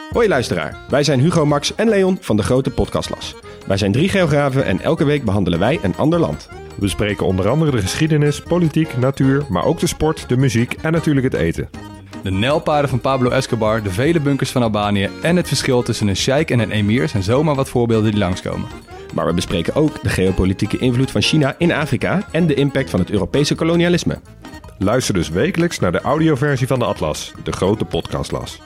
Hoi luisteraar, wij zijn Hugo, Max en Leon van de Grote Podcastlas. Wij zijn 3 geografen en elke week behandelen wij een ander land. We bespreken onder andere de geschiedenis, politiek, natuur, maar ook de sport, de muziek en natuurlijk het eten. De nijlpaarden van Pablo Escobar, de vele bunkers van Albanië en het verschil tussen een sheik en een emir zijn zomaar wat voorbeelden die langskomen. Maar we bespreken ook de geopolitieke invloed van China in Afrika en de impact van het Europese kolonialisme. Luister dus wekelijks naar de audioversie van de Atlas, de Grote Podcastlas.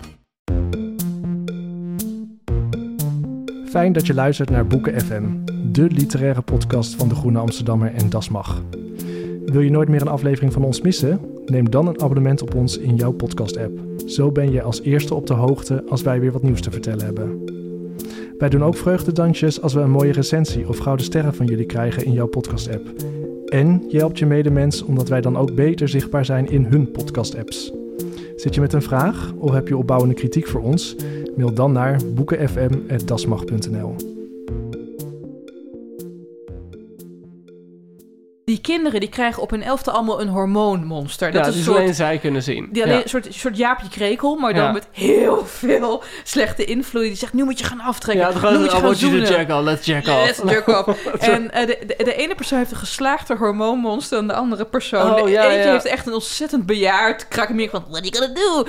Fijn dat je luistert naar Boeken FM, de literaire podcast van De Groene Amsterdammer en Das Mag. Wil je nooit meer een aflevering van ons missen? Neem dan een abonnement op ons in jouw podcast-app. Zo ben je als eerste op de hoogte als wij weer wat nieuws te vertellen hebben. Wij doen ook vreugdedansjes als we een mooie recensie of gouden sterren van jullie krijgen in jouw podcast-app. En je helpt je medemens omdat wij dan ook beter zichtbaar zijn in hun podcast-apps. Zit je met een vraag of heb je opbouwende kritiek voor ons? Mail dan naar boekenfm@dasmag.nl. Die kinderen die krijgen op hun 11e allemaal een hormoonmonster. Dat is die soort, alleen zij kunnen zien. die alleen, een soort Jaapje Krekel, maar dan met heel veel slechte invloed. Die zegt, nu moet je gaan aftrekken. Ja, nu moet je gaan zoenen. Let's jack off. Let's jerk off. En de ene persoon heeft een geslaagde hormoonmonster en de andere persoon. Eentje heeft echt een ontzettend bejaard krakemeer van, what are you gonna do?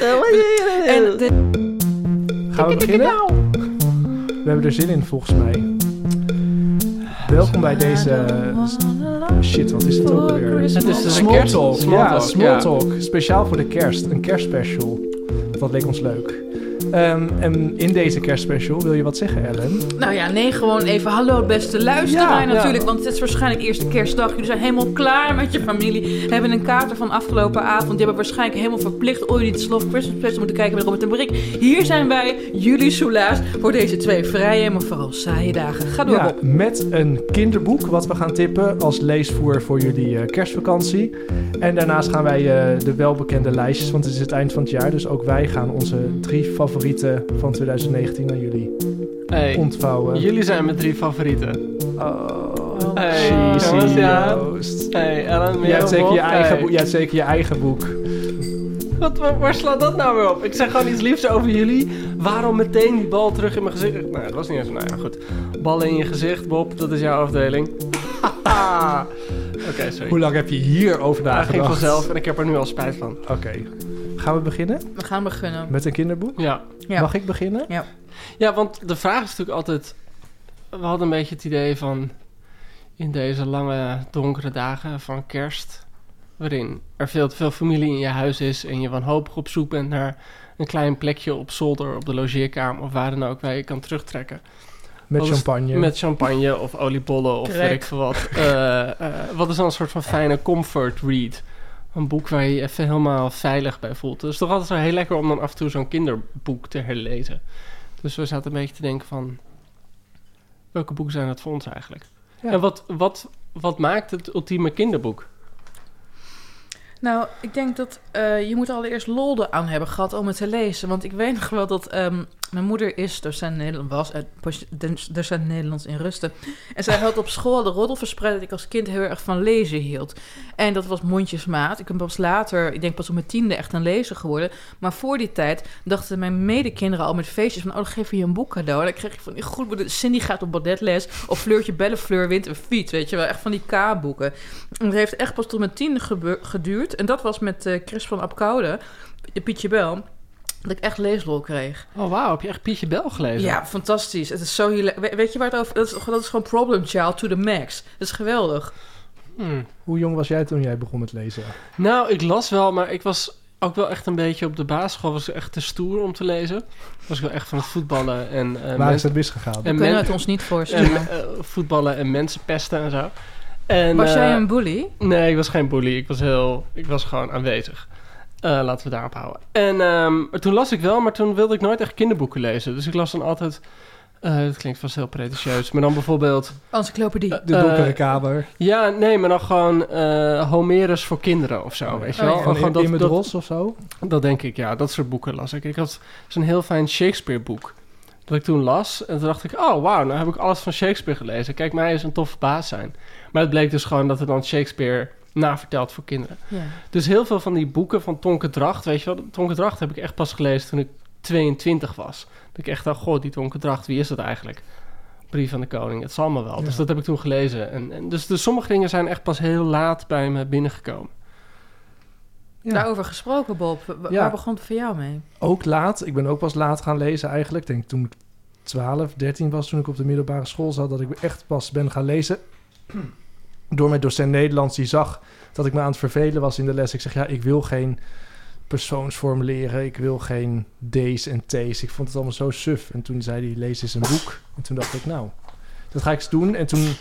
Gaan we beginnen? We hebben er zin in volgens mij. Welkom bij deze... Shit, wat is het ook weer? Het is dus Small Talk. Small Talk. Speciaal voor de kerst. Een kerstspecial. Dat leek ons leuk. En in deze kerstspecial wil je wat zeggen, Ellen? Nou ja, nee, gewoon even hallo beste luisteraar natuurlijk. Want het is waarschijnlijk eerste kerstdag. Jullie zijn helemaal klaar met je familie. Hebben een kater van afgelopen avond. Die hebben waarschijnlijk helemaal verplicht All You Need Is Love Christmas Special moeten kijken met Robert en Brik. Hier zijn wij, jullie soelaas, voor deze 2 vrije, maar vooral saaie dagen. Ga door, Bob. Met een kinderboek wat we gaan tippen als leesvoer voor jullie kerstvakantie. En daarnaast gaan wij de welbekende lijstjes, want het is het eind van het jaar. Dus ook wij gaan onze 3 favorieten van 2019 aan jullie ontvouwen. Jullie zijn mijn 3 favorieten. Cheesy Joost. Hey, Ellen, jij hebt zeker je eigen boek. Waar slaat dat nou weer op? Ik zeg gewoon iets liefs over jullie. Waarom meteen die bal terug in mijn gezicht? Nou, dat was niet eens... Nou ja, goed. Ballen in je gezicht, Bob. Dat is jouw afdeling. Oké, sorry. Hoe lang heb je hierover nagedacht? Dat ging vanzelf en ik heb er nu al spijt van. Oké. Gaan we beginnen? We gaan beginnen. Met een kinderboek? Ja. Mag ik beginnen? Ja. Ja, want de vraag is natuurlijk altijd... We hadden een beetje het idee van... In deze lange, donkere dagen van kerst... waarin er veel te veel familie in je huis is... en je wanhopig op zoek bent naar een klein plekje op zolder... op de logeerkamer of waar dan ook waar je kan terugtrekken. Met champagne. Met champagne of oliebollen of weet ik veel wat. Wat is dan een soort van fijne comfort read? Een boek waar je je even helemaal veilig bij voelt. Het is toch altijd zo heel lekker om dan af en toe zo'n kinderboek te herlezen. Dus we zaten een beetje te denken van... welke boeken zijn dat voor ons eigenlijk? Ja. En wat maakt het ultieme kinderboek? Nou, ik denk dat je moet allereerst lol aan hebben gehad om het te lezen. Want ik weet nog wel dat mijn moeder is docent Nederlands in Rusten. En zij had op school de roddel verspreid dat ik als kind heel erg van lezen hield. En dat was mondjesmaat. Ik ben pas later, ik denk pas op mijn 10e echt een lezer geworden. Maar voor die tijd dachten mijn medekinderen al met feestjes van... dan geef je een boek cadeau. En dan kreeg je van die goed... Cindy gaat op balletles. Of Fleurtje Bellefleur wint een fiets. Weet je wel, echt van die K-boeken. En dat heeft echt pas tot mijn 10e geduurd. En dat was met Chris van Apkoude, Pietje Bel... dat ik echt leeslol kreeg. Oh, wauw. Heb je echt Pietje Bel gelezen? Ja, fantastisch. Het is zo weet je waar het over... Dat is gewoon problem child to the max. Dat is geweldig. Hoe jong was jij toen jij begon met lezen? Nou, ik las wel, maar ik was ook wel echt een beetje op de basisschool... was echt te stoer om te lezen. Was ik wel echt van het voetballen en... waar is het misgegaan? We kunnen het ons niet voorstellen. Voetballen en mensen pesten en zo. Was jij een bully? Nee, ik was geen bully. Ik was gewoon aanwezig. Laten we daarop houden. En toen las ik wel, maar toen wilde ik nooit echt kinderboeken lezen. Dus ik las dan altijd... dat klinkt vast heel pretentieus. Maar dan bijvoorbeeld... Encyclopedie. De donkere kamer. Ja, nee, maar dan gewoon Homerus voor kinderen of zo, weet je wel. Van gewoon Imme Dros of zo? Dat denk ik, ja. Dat soort boeken las ik. Ik had zo'n heel fijn Shakespeare boek. Dat ik toen las. En toen dacht ik, oh wauw, nou heb ik alles van Shakespeare gelezen. Kijk, mij eens een toffe baas zijn. Maar het bleek dus gewoon dat er dan Shakespeare naverteld voor kinderen. Ja. Dus heel veel van die boeken van Tonke Dracht, weet je wel. Tonke Dracht heb ik echt pas gelezen toen ik 22 was. Dat ik echt dacht, goh, die Donkerdracht, wie is dat eigenlijk? Brief van de Koning, het zal me wel. Ja. Dus dat heb ik toen gelezen. En dus sommige dingen zijn echt pas heel laat bij me binnengekomen. Ja. Daarover gesproken, Bob. Waar begon het voor jou mee? Ook laat. Ik ben ook pas laat gaan lezen eigenlijk. Ik denk toen ik 12, 13 was, toen ik op de middelbare school zat, dat ik echt pas ben gaan lezen. Door mijn docent Nederlands, die zag dat ik me aan het vervelen was in de les. Ik zeg, ik wil geen persoonsformuleren. Ik wil geen D's en T's. Ik vond het allemaal zo suf. En toen zei hij, lees eens een boek. En toen dacht ik, nou, dat ga ik eens doen. En toen...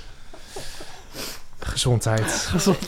Gezondheid.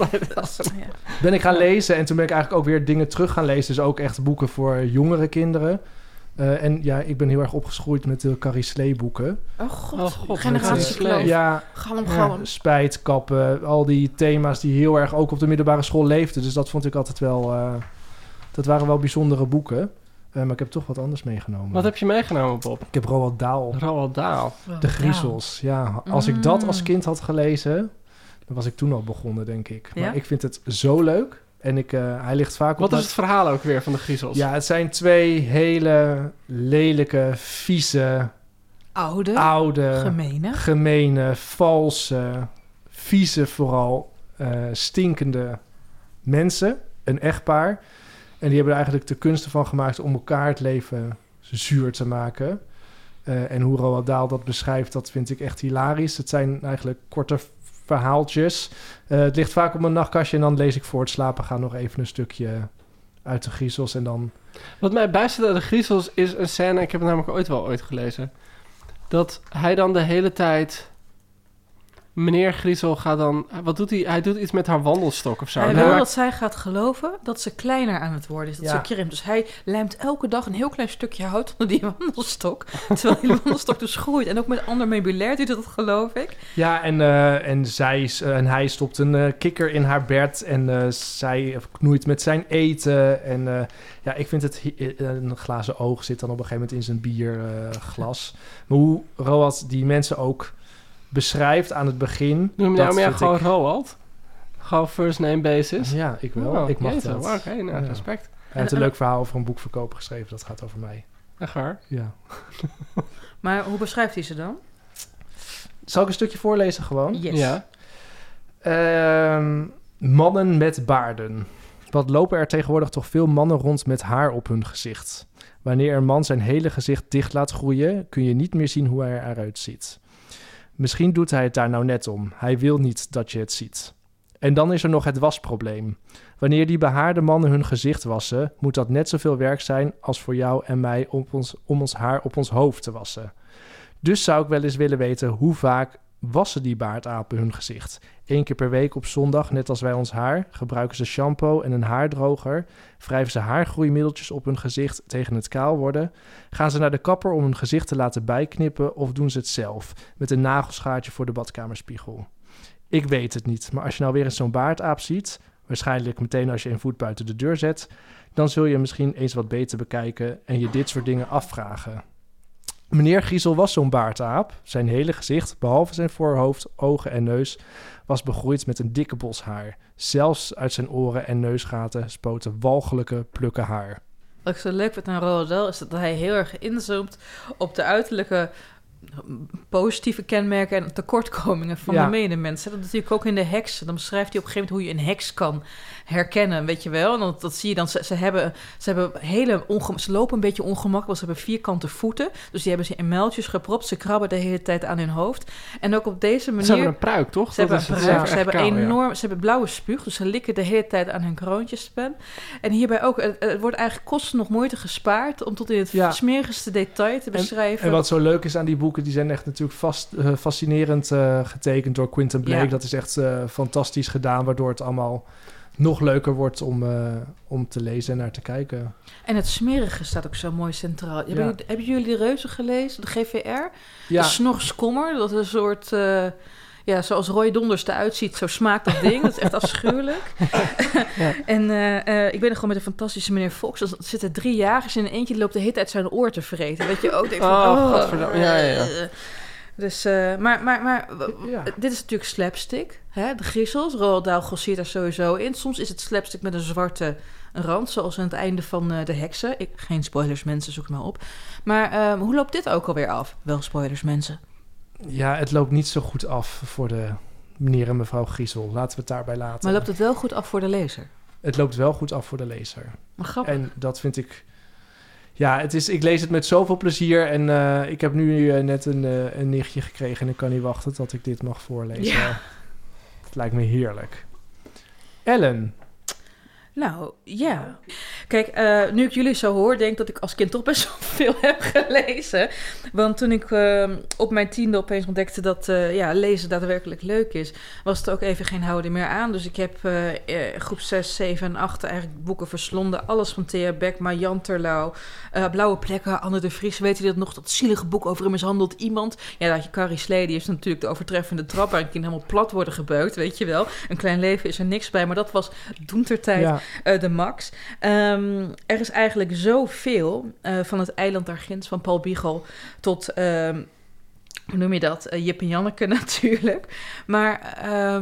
Ben ik gaan lezen en toen ben ik eigenlijk ook weer dingen terug gaan lezen. Dus ook echt boeken voor jongere kinderen. Ik ben heel erg opgeschroeid met de Carrie Slee boeken. Oh god. Generatie Kloof. Ja, Galm. spijt, kappen, al die thema's die heel erg ook op de middelbare school leefden. Dus dat vond ik altijd wel... dat waren wel bijzondere boeken. Maar ik heb toch wat anders meegenomen. Wat heb je meegenomen, Bob? Ik heb Roald Dahl. Roald Dahl. De Griezels, ja. Als ik dat als kind had gelezen... Dan was ik toen al begonnen, denk ik. Ja? Maar ik vind het zo leuk. En hij ligt vaak op... Wat is het verhaal ook weer van de Griezels? Ja, het zijn 2 hele lelijke, vieze... Oude... Gemene, valse, vieze vooral, stinkende mensen. Een echtpaar. En die hebben er eigenlijk de kunsten van gemaakt om elkaar het leven zuur te maken. En hoe Roald Dahl dat beschrijft, dat vind ik echt hilarisch. Het zijn eigenlijk korte verhaaltjes. Het ligt vaak op mijn nachtkastje en dan lees ik voor het slapen gaan nog even een stukje uit de Griezels en dan... Wat mij bijstaat uit de Griezels is een scène, ik heb het namelijk ooit gelezen, dat hij dan de hele tijd... Meneer Griezel gaat dan... Wat doet hij? Hij doet iets met haar wandelstok of zo. Hij wil dat zij gaat geloven dat ze kleiner aan het worden is. Dat ze krimpt. Dus hij lijmt elke dag een heel klein stukje hout onder die wandelstok. Terwijl die wandelstok dus groeit. En ook met ander meubilair doet dat, geloof ik. Ja, en hij stopt een kikker in haar bed. En zij knoeit met zijn eten. En ik vind het... Een glazen oog zit dan op een gegeven moment in zijn bierglas. Maar hoe Roald die mensen ook... beschrijft aan het begin. Noem je nou meer gewoon Roald? Gewoon first name basis? Ja, ik wel. Ik mag dat. Oké, respect. Hij heeft een leuk verhaal over een boekverkoper geschreven. Dat gaat over mij. Echt waar? Ja. Maar hoe beschrijft hij ze dan? Zal ik een stukje voorlezen gewoon? Yes. Ja. Mannen met baarden. Wat lopen er tegenwoordig toch veel mannen rond met haar op hun gezicht. Wanneer een man zijn hele gezicht dicht laat groeien, kun je niet meer zien hoe hij eruit ziet. Misschien doet hij het daar nou net om. Hij wil niet dat je het ziet. En dan is er nog het wasprobleem. Wanneer die behaarde mannen hun gezicht wassen, moet dat net zoveel werk zijn als voor jou en mij om ons haar op ons hoofd te wassen. Dus zou ik wel eens willen weten hoe vaak wassen die baardapen hun gezicht. 1 keer per week op zondag, net als wij ons haar, gebruiken ze shampoo en een haardroger, wrijven ze haargroeimiddeltjes op hun gezicht tegen het kaal worden, gaan ze naar de kapper om hun gezicht te laten bijknippen of doen ze het zelf, met een nagelschaartje voor de badkamerspiegel. Ik weet het niet, maar als je nou weer eens zo'n baardaap ziet, waarschijnlijk meteen als je een voet buiten de deur zet, dan zul je misschien eens wat beter bekijken en je dit soort dingen afvragen. Meneer Griezel was zo'n baardaap. Zijn hele gezicht, behalve zijn voorhoofd, ogen en neus, was begroeid met een dikke bos haar. Zelfs uit zijn oren en neusgaten spoten walgelijke plukken haar. Wat ik zo leuk vind aan Roald Dahl is dat hij heel erg inzoomt op de uiterlijke positieve kenmerken en tekortkomingen van de medemens. Dat natuurlijk ook in de heks. Dan beschrijft hij op een gegeven moment hoe je een heks kan herkennen, weet je wel. En dat zie je dan. Ze hebben ze lopen een beetje ongemakkelijk, want ze hebben vierkante voeten. Dus die hebben ze in muiltjes gepropt. Ze krabben de hele tijd aan hun hoofd. En ook op deze manier... Ze hebben een pruik, toch? Ze hebben blauwe spuug, dus ze likken de hele tijd aan hun kroontjespen. En hierbij ook, het wordt eigenlijk kosten nog moeite gespaard om tot in het smerigste detail te beschrijven. En wat zo leuk is aan die boeken, die zijn echt natuurlijk fascinerend getekend door Quentin Blake. Ja. Dat is echt fantastisch gedaan, waardoor het allemaal nog leuker wordt om te lezen en naar te kijken. En het smerige staat ook zo mooi centraal. Hebben jullie de Reuzen gelezen, de GVR? Ja. De Snorskommer, dat is een soort... zoals Roy Donders eruit ziet, zo smaakt dat ding. Dat is echt afschuwelijk. Ja. En ik ben er gewoon met een fantastische meneer Fox. Er zitten 3 jagers in en eentje loopt de hele tijd zijn oor te vreten. Dat je ook denkt van... godverdomme. Ja. Dus, dit is natuurlijk slapstick. Hè? De griezels, Roald Dahl grossiert daar sowieso in. Soms is het slapstick met een zwarte rand, zoals aan het einde van De Heksen. Geen spoilers, mensen, zoek het maar op. Maar hoe loopt dit ook alweer af? Wel spoilers, mensen. Ja, het loopt niet zo goed af voor de meneer en mevrouw Griezel. Laten we het daarbij laten. Maar loopt het wel goed af voor de lezer? Het loopt wel goed af voor de lezer. Maar grappig. En dat vind ik... Ja, ik lees het met zoveel plezier. En ik heb nu net een nichtje gekregen. En ik kan niet wachten tot ik dit mag voorlezen. Ja. Het lijkt me heerlijk. Ellen. Nou, ja. Kijk, nu ik jullie zo hoor, denk ik dat ik als kind toch best wel veel heb gelezen. Want toen ik op mijn 10e opeens ontdekte dat lezen daadwerkelijk leuk is, was het ook even geen houden meer aan. Dus ik heb groep 6, 7 en 8 eigenlijk boeken verslonden. Alles van Thea Beckma, Jan Terlouw, Blauwe Plekken, Anne de Vries. Weet je dat nog? Dat zielige boek over een mishandeld iemand. Ja, dat je Carrie Slee, die heeft natuurlijk de overtreffende trap waar een kind helemaal plat worden gebeukt, weet je wel. Een klein leven is er niks bij, maar dat was doentertijd. Ja. De max. Er is eigenlijk zoveel van het eiland daar ginds van Paul Biegel tot, hoe noem je dat? Jip en Janneke natuurlijk. Maar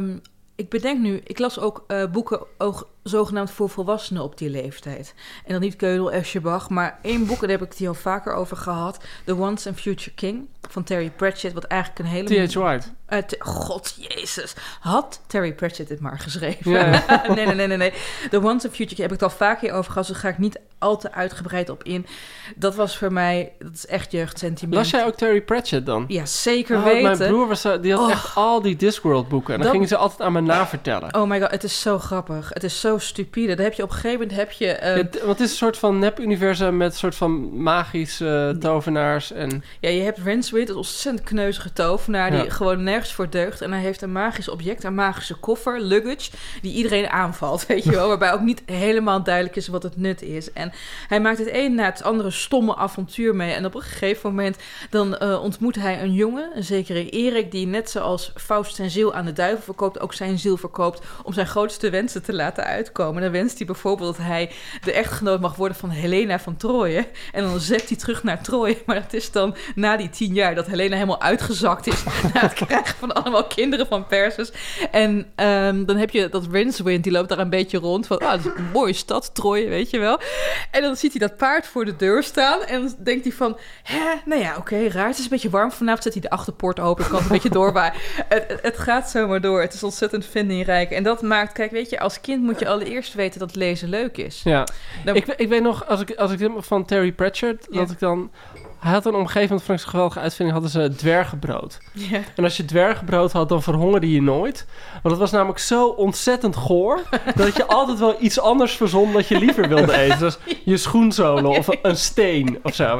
ik bedenk nu, ik las ook boeken zogenaamd voor volwassenen op die leeftijd. En dan niet Keudel, Eschenbach, maar één boek, daar heb ik het hier al vaker over gehad. The Once and Future King van Terry Pratchett, wat eigenlijk een hele... T.H. White. God, Jezus. Had Terry Pratchett dit maar geschreven? Yeah. Nee. The Once and Future King heb ik het al vaker over gehad, dus daar ga ik niet al te uitgebreid op in. Dat was voor mij, dat is echt jeugdsentiment. Las jij ook Terry Pratchett dan? Ja, zeker weten. Mijn broer die had echt al die Discworld boeken. En dan gingen ze altijd aan me navertellen. Oh my god, het is zo grappig. Het is zo stupide. Dan heb je op een gegeven moment... want het is een soort van nep-universum met een soort van magische tovenaars. En... Ja, je hebt Rincewind, een ontzettend kneuzige tovenaar die gewoon nergens voor deugt. En hij heeft een magisch object, een magische koffer, luggage, die iedereen aanvalt, weet je wel. Waarbij ook niet helemaal duidelijk is wat het nut is. En hij maakt het een na het andere stomme avontuur mee. En op een gegeven moment dan ontmoet hij een jongen, een zekere Erik, die net zoals Faust zijn ziel aan de duivel verkoopt, ook zijn ziel verkoopt om zijn grootste wensen te laten uitkomen. En dan wenst hij bijvoorbeeld dat hij de echtgenoot mag worden van Helena van Troje. En dan zept hij terug naar Troje. Maar het is dan na die 10 jaar dat Helena helemaal uitgezakt is na het krijgen van allemaal kinderen van Perseus. En dan heb je dat Rincewind, die loopt daar een beetje rond van, dat is een mooie stad, Troje, weet je wel. En dan ziet hij dat paard voor de deur staan en dan denkt hij van, nou ja, oké, raar, het is een beetje warm vanavond, zet hij de achterpoort open, kan een beetje doorwaaien. Het gaat zomaar door, het is ontzettend vindingrijk. En dat maakt, kijk, weet je, als kind moet je allereerst weten dat lezen leuk is. Ja, ik weet nog, als ik van Terry Pratchett, dat ik dan... Hij had een omgeving, vond ik een geweldige uitvinding, hadden ze dwergenbrood. Yeah. En als je dwergenbrood had, dan verhongerde je nooit. Want het was namelijk zo ontzettend goor, dat je altijd wel iets anders verzon dat je liever wilde eten. Dus je schoenzolen of een steen of zo.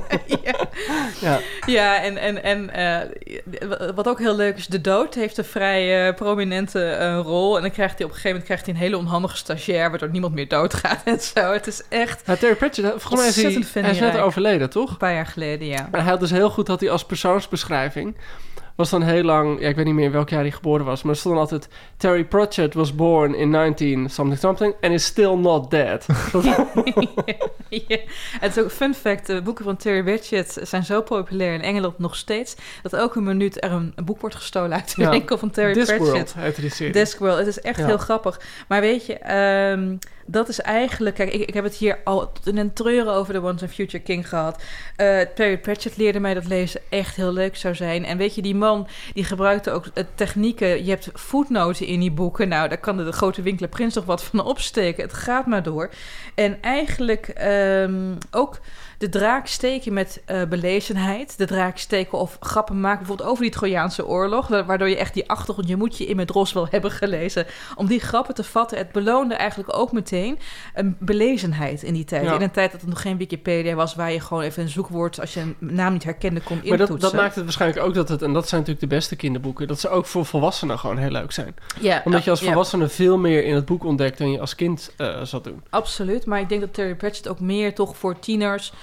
Ja, en wat ook heel leuk is, de dood heeft een vrij prominente rol. En dan krijgt hij op een gegeven moment een hele onhandige stagiair, waardoor niemand meer doodgaat en zo. Het is echt... Ja, Terry Pratchett, volgens mij hij is net overleden, toch? Een paar jaar geleden, ja. En hij had dus heel goed, dat hij als persoonsbeschrijving was dan heel lang, ik weet niet meer in welk jaar hij geboren was, maar er stond altijd, Terry Pratchett was born in 19 something and is still not dead. Ja. Het is ook een fun fact, de boeken van Terry Pratchett zijn zo populair in Engeland nog steeds, dat elke minuut er een boek wordt gestolen uit de winkel van Terry Pratchett. Discworld heet die serie. Discworld, het is echt heel grappig. Maar weet je, dat is eigenlijk... Kijk, ik heb het hier al in een treuren over The Once and Future King gehad. Terry Pratchett leerde mij dat lezen echt heel leuk zou zijn. En weet je, die man die gebruikte ook technieken. Je hebt voetnoten in die boeken. Nou, daar kan de grote Winkler Prins nog wat van opsteken. Het gaat maar door. En eigenlijk ook de draak steken met belezenheid. De draak steken of grappen maken, bijvoorbeeld over die Trojaanse oorlog. Waardoor je echt die achtergrond, je moet je in met Ros wel hebben gelezen. Om die grappen te vatten. Het beloonde eigenlijk ook meteen een belezenheid in die tijd. Ja. In een tijd dat er nog geen Wikipedia was, waar je gewoon even een zoekwoord, als je een naam niet herkende, kon intoetsen. Maar dat maakt het waarschijnlijk ook dat het, en dat zijn natuurlijk de beste kinderboeken, dat ze ook voor volwassenen gewoon heel leuk zijn. Ja, omdat je als volwassene veel meer in het boek ontdekt dan je als kind zat doen. Absoluut, maar ik denk dat Terry Pratchett ook meer toch voor tieners,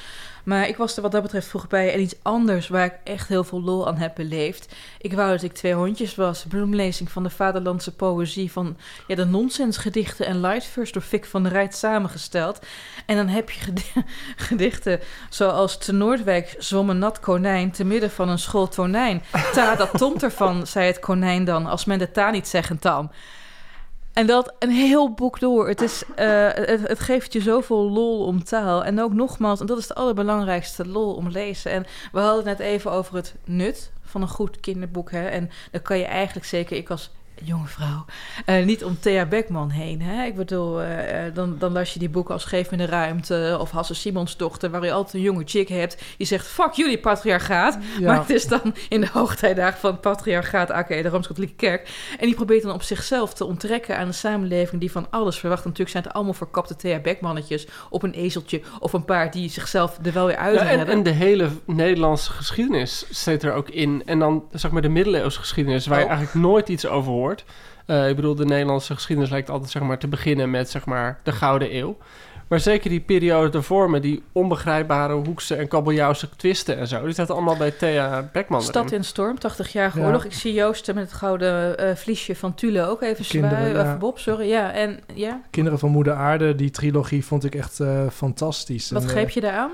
Maar ik was er wat dat betreft vroeg bij. En iets anders waar ik echt heel veel lol aan heb beleefd. Ik wou dat ik 2 hondjes was. Bloemlezing van de vaderlandse poëzie. Van de nonsensgedichten en lightverse door Fik van der Rijt samengesteld. En dan heb je gedichten zoals te Noordwijk zwom een nat konijn te midden van een school tonijn. Ta, dat tomt ervan, zei het konijn dan, als men de ta niet zeggen tam. En dat een heel boek door. Het geeft je zoveel lol om taal. En ook nogmaals, en dat is de allerbelangrijkste, lol om lezen. En we hadden het net even over het nut van een goed kinderboek. Hè? En dan kan je eigenlijk zeker, ik als jonge vrouw, niet om Thea Beckman heen. Hè? Ik bedoel, dan las je die boeken als Geef me de ruimte of Hasse Simonsdochter, waar je altijd een jonge chick hebt die zegt, fuck jullie patriarchaat. Ja. Maar het is dan in de hoogtijdagen van het patriarchaat, aka de Rooms-Katholieke Kerk. En die probeert dan op zichzelf te onttrekken aan een samenleving die van alles verwacht. Natuurlijk zijn het allemaal verkapte Thea Beckmannetjes op een ezeltje of een paard die zichzelf er wel weer uit hebben. En de hele Nederlandse geschiedenis zit er ook in. En dan, zeg maar, de middeleeuwse geschiedenis, waar je eigenlijk nooit iets over hoort. Ik bedoel, de Nederlandse geschiedenis lijkt altijd, zeg maar, te beginnen met, zeg maar, de Gouden Eeuw. Maar zeker die periode daarvoor met die onbegrijpbare hoekse en kabeljauwse twisten en zo. Die zaten allemaal bij Thea Beckman erin. Stad in storm, 80-jarige oorlog. Ik zie Joosten met het gouden vliesje van Thule ook even zwaaien. Bob, sorry. Ja. Kinderen van Moeder Aarde, die trilogie vond ik echt fantastisch. Wat greep je daar aan?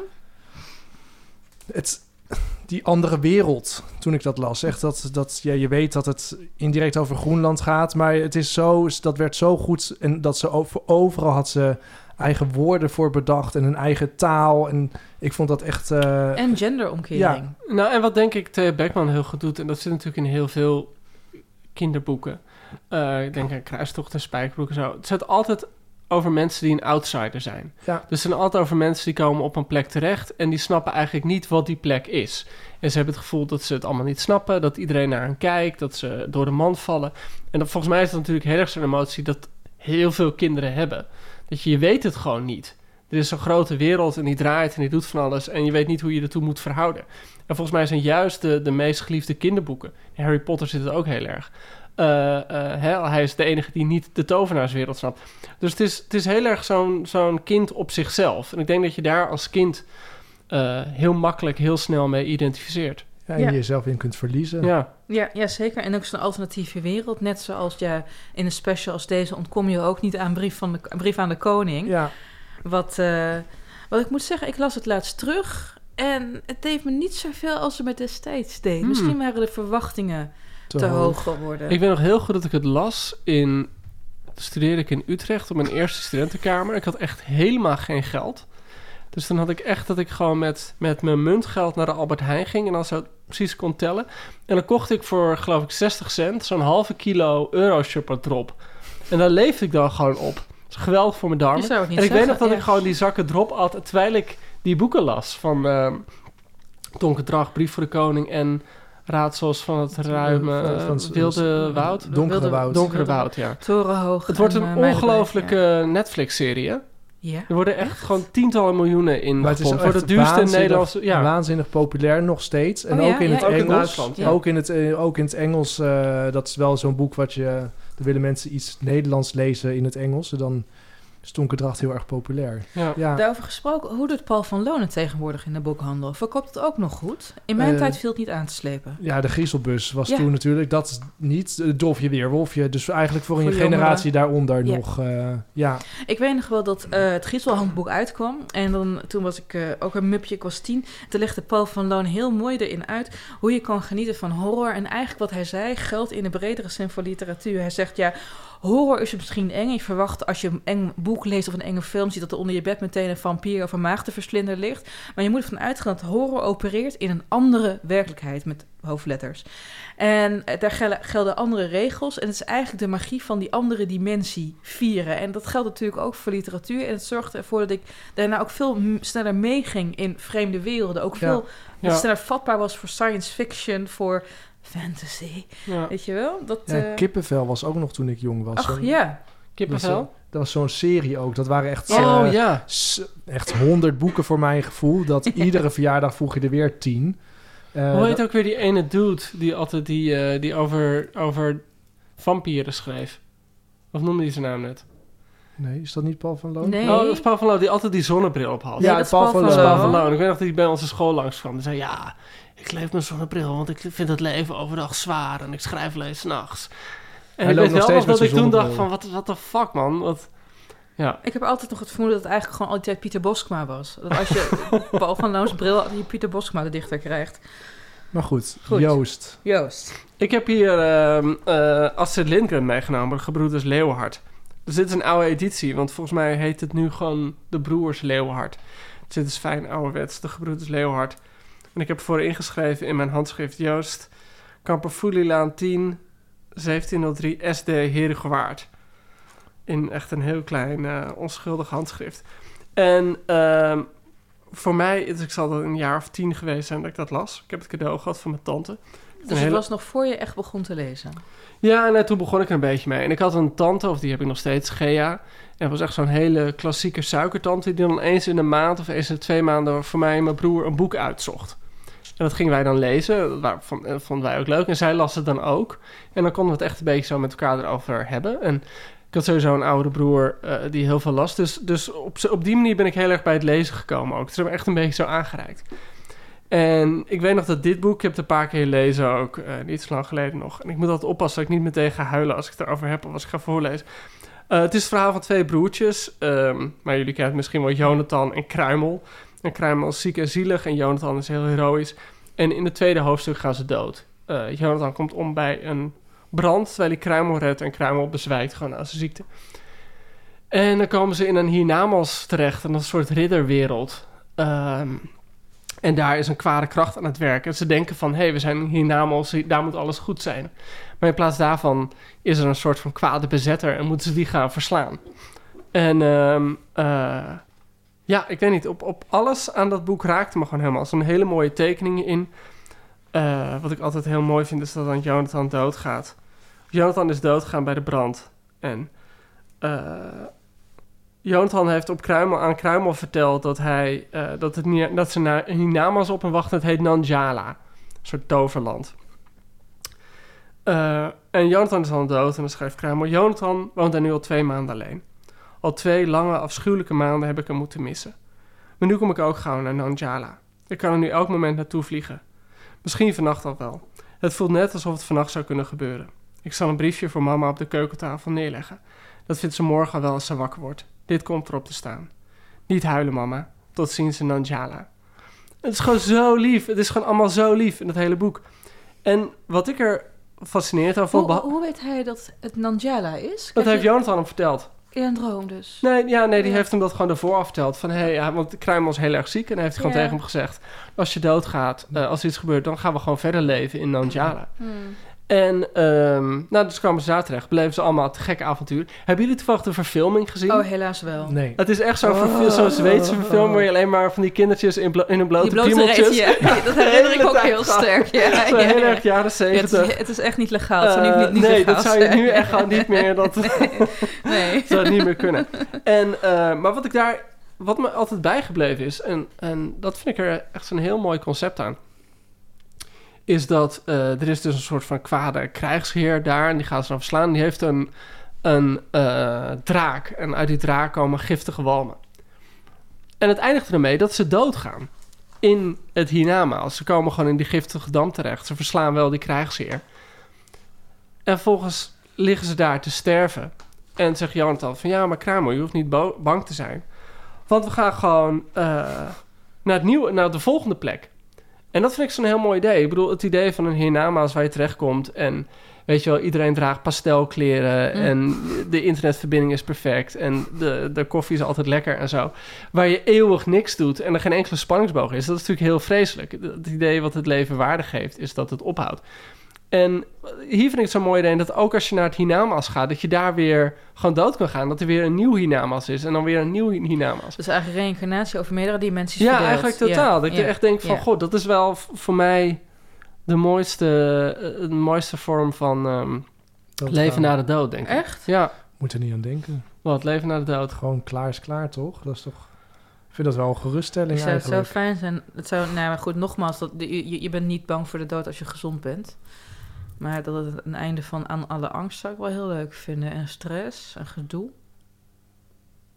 Die andere wereld, toen ik dat las. Echt je weet dat het indirect over Groenland gaat, maar het is zo, dat werd zo goed en dat ze overal had ze eigen woorden voor bedacht en een eigen taal. En ik vond dat echt... en genderomkering. Ja. Nou, en wat denk ik Thea Beckman heel goed doet, en dat zit natuurlijk in heel veel kinderboeken. Ik denk aan Kruistocht en Spijkerbroek en zo. Het zit altijd over mensen die een outsider zijn. Ja. Dus het zijn altijd over mensen die komen op een plek terecht en die snappen eigenlijk niet wat die plek is. En ze hebben het gevoel dat ze het allemaal niet snappen, dat iedereen naar hen kijkt, dat ze door de mand vallen. En dat, volgens mij is dat natuurlijk heel erg zo'n emotie dat heel veel kinderen hebben. Dat je weet het gewoon niet. Er is zo'n grote wereld en die draait en die doet van alles en je weet niet hoe je ertoe moet verhouden. En volgens mij zijn juist de meest geliefde kinderboeken. In Harry Potter zit het ook heel erg. Hij is de enige die niet de tovenaarswereld snapt. Dus het is heel erg zo'n kind op zichzelf. En ik denk dat je daar als kind heel makkelijk, heel snel mee identificeert. Ja, en je jezelf in kunt verliezen. Ja, zeker. En ook zo'n alternatieve wereld. Net zoals in een special als deze ontkom je ook niet aan brief aan de koning. Ja. Wat ik moet zeggen, ik las het laatst terug en het deed me niet zoveel als het me destijds deed. Misschien waren de verwachtingen te hoog geworden. Ik weet nog heel goed dat ik het las studeerde ik in Utrecht op mijn eerste studentenkamer. Ik had echt helemaal geen geld. Dus dan had ik echt dat ik gewoon met mijn muntgeld naar de Albert Heijn ging en dan zo precies kon tellen. En dan kocht ik voor, geloof ik, 60 cent zo'n halve kilo Euroshopper drop. En daar leefde ik dan gewoon op. Dat is geweldig voor mijn darmen. En ik weet nog dat ik gewoon die zakken drop at terwijl ik die boeken las van Donker Drag, Brief voor de Koning en Raadsels van het ruime wilde woud. Donkere woud, ja. Torenhoog. Het wordt een ongelooflijke Netflix-serie, hè? Ja. Er worden echt gewoon tientallen miljoenen in gepompt. Voor de duurste Nederlandse... Ja. Waanzinnig populair nog steeds. En ook in het Engels. Ook in het Engels. Dat is wel zo'n boek wat je... Dan willen mensen iets Nederlands lezen in het Engels. En dan is Donkerdracht heel erg populair. Ja. Daarover gesproken, hoe doet Paul van Loon het tegenwoordig in de boekhandel? Verkoopt het ook nog goed? In mijn tijd viel het niet aan te slepen. Ja, de Griezelbus was toen natuurlijk... Dat is niet het Dolfje Weerwolfje. Dus eigenlijk voor een generatie daaronder nog... Ik weet nog wel dat het Griezelhandboek uitkwam. En toen was ik ook een mupje, ik was 10. Toen legde Paul van Loon heel mooi erin uit... hoe je kan genieten van horror. En eigenlijk wat hij zei geldt in de bredere zin van literatuur. Hij zegt, horror is misschien eng. Je verwacht als je een eng boek leest of een enge film ziet... dat er onder je bed meteen een vampier of een maagdenverslinder ligt. Maar je moet ervan uitgaan dat horror opereert in een andere werkelijkheid met hoofdletters. En daar gelden andere regels. En het is eigenlijk de magie van die andere dimensie vieren. En dat geldt natuurlijk ook voor literatuur. En het zorgde ervoor dat ik daarna ook veel sneller meeging in vreemde werelden. Ook veel sneller vatbaar was voor science fiction, voor... fantasy, weet je wel? Kippenvel was ook nog toen ik jong was. Ach, ja. Kippenvel? Dat was zo'n serie ook. Dat waren echt, echt 100 boeken voor mijn gevoel. Dat iedere verjaardag vroeg je er weer 10. Hoe heet ook weer die ene dude die altijd die over vampieren schreef? Of noemde hij zijn naam net? Nee, is dat niet Paul van Loon? Nee. Oh, dat is Paul van Loon die altijd die zonnebril op had. Ja, dat is Paul van Dat is Paul Loon. van Loon. Ik weet nog dat hij bij onze school langs kwam. Die zei, ja, ik leef met zonnebril, want ik vind het leven overdag zwaar en ik schrijf alleen 's nachts. En Hij ik loopt weet nog wel steeds nog dat met ik toen zijn dacht van, wat the fuck, man? Ja. Ik heb altijd nog het vermoeden dat het eigenlijk gewoon altijd Pieter Boskma was. Dat als je Paul van Loons bril, je Pieter Boskma de dichter krijgt. Maar goed, Goed. Joost. Ik heb hier Astrid Lindgren meegenomen, de Gebroeders Leeuwenhard. Dus dit is een oude editie, want volgens mij heet het nu gewoon de Broers Leeuwenhard. Dus dit is fijn ouderwets, de Gebroeders Leeuwenhard. En ik heb ervoor ingeschreven in mijn handschrift Joost, Kamperfoelielaan 10, 1703 SD Herengewaard. In echt een heel klein, onschuldig handschrift. En voor mij, ik zal er een jaar of 10 geweest zijn dat ik dat las. Ik heb het cadeau gehad van mijn tante. Dus het was nog voor je echt begon te lezen. Ja, en toen begon ik er een beetje mee. En ik had een tante, of die heb ik nog steeds, Gea. En dat was echt zo'n hele klassieke suikertante... die dan eens in de maand of eens in de 2 maanden... voor mij en mijn broer een boek uitzocht. En dat gingen wij dan lezen. Dat vonden wij ook leuk. En zij las het dan ook. En dan konden we het echt een beetje zo met elkaar erover hebben. En ik had sowieso een oudere broer die heel veel las. Dus op die manier ben ik heel erg bij het lezen gekomen ook. Het is me echt een beetje zo aangereikt. En ik weet nog dat dit boek, ik heb het een paar keer gelezen ook, niet zo lang geleden nog. En ik moet altijd oppassen dat ik niet meteen ga huilen als ik het erover heb of als ik ga voorlezen. Het is het verhaal van 2 broertjes, maar jullie kennen het misschien wel, Jonathan en Kruimel. En Kruimel is ziek en zielig en Jonathan is heel heroïs. En in het tweede hoofdstuk gaan ze dood. Jonathan komt om bij een brand, terwijl hij Kruimel redt en Kruimel bezwijkt gewoon aan zijn ziekte. En dan komen ze in een hiernamaals terecht, een soort ridderwereld. En daar is een kwade kracht aan het werk. En ze denken van, we zijn hiernamaals, daar moet alles goed zijn. Maar in plaats daarvan is er een soort van kwade bezetter en moeten ze die gaan verslaan. En ik weet niet, op alles aan dat boek raakte me gewoon helemaal. Er zijn hele mooie tekeningen in. Wat ik altijd heel mooi vind, is dat dan Jonathan doodgaat. Jonathan is doodgegaan bij de brand. En Jonathan heeft aan Kruimel verteld dat dat ze naar hiernamaals op hem wachten. Het heet Nanjala. Een soort toverland. En Jonathan is dan dood en dan schrijft Kruimel: Jonathan woont daar nu al 2 maanden alleen. Al 2 lange, afschuwelijke maanden heb ik hem moeten missen. Maar nu kom ik ook gauw naar Nanjala. Ik kan er nu elk moment naartoe vliegen. Misschien vannacht al wel. Het voelt net alsof het vannacht zou kunnen gebeuren. Ik zal een briefje voor mama op de keukentafel neerleggen. Dat vindt ze morgen wel als ze wakker wordt. Dit komt erop te staan. Niet huilen, mama. Tot ziens in Nanjala. Het is gewoon zo lief. Het is gewoon allemaal zo lief in het hele boek. En wat ik er fascinerend aan vond... Hoe weet hij dat het Nanjala is? Dat heeft Jonathan hem verteld. In een droom dus? Nee, die heeft hem dat gewoon daarvoor al verteld. Van, want Kruimel is heel erg ziek. En hij heeft gewoon tegen hem gezegd... Als je doodgaat, als er iets gebeurt... dan gaan we gewoon verder leven in Nanjala. En dus kwamen ze daar terecht. Beleven ze allemaal te gekke avontuur. Hebben jullie toevallig de verfilming gezien? Oh, helaas wel. Nee. Het is echt zo'n Zweedse verfilming... waar je alleen maar van die kindertjes in een blote piemeltjes... Ja, dat herinner ik ook heel sterk. Ja, zo heel erg jaren 70. Het is echt niet legaal. Het zou niet nee, legaal dat zou je nu echt gewoon niet meer... Nee. zou het niet meer kunnen. Maar wat me altijd bijgebleven is... en dat vind ik er echt zo'n heel mooi concept aan... is dat er is dus een soort van kwade krijgsheer daar... en die gaan ze dan verslaan. Die heeft een draak. En uit die draak komen giftige walmen. En het eindigt ermee dat ze doodgaan. In het hiernamaals. Ze komen gewoon in die giftige dam terecht. Ze verslaan wel die krijgsheer. En vervolgens liggen ze daar te sterven. En zegt Jonathan van... ja, maar Kruimel, je hoeft niet bang te zijn. Want we gaan gewoon naar de volgende plek. En dat vind ik zo'n heel mooi idee. Ik bedoel, het idee van een hiernamaals waar je terechtkomt... en weet je wel, iedereen draagt pastelkleren... en de internetverbinding is perfect... en de koffie is altijd lekker en zo. Waar je eeuwig niks doet en er geen enkele spanningsboog is... dat is natuurlijk heel vreselijk. Het idee wat het leven waarde geeft, is dat het ophoudt. En hier vind ik het zo'n mooi idee... dat ook als je naar het hiernamaals gaat... dat je daar weer gewoon dood kan gaan. Dat er weer een nieuw hiernamaals is... en dan weer een nieuw hiernamaals. Dus eigenlijk reïncarnatie over meerdere dimensies ja, verdeeld. eigenlijk totaal. Dat je echt denkt van... god, dat is wel voor mij... de mooiste vorm van leven na de dood, denk ik. Echt? Ja. Moet er niet aan denken. Wat, leven na de dood? Gewoon klaar is klaar, toch? Dat is toch... Ik vind dat wel een geruststelling Het zou eigenlijk. zo fijn zijn. Maar goed, nogmaals, je bent niet bang voor de dood als je gezond bent. Maar dat het een einde aan alle angst zou ik wel heel leuk vinden. En stress en gedoe.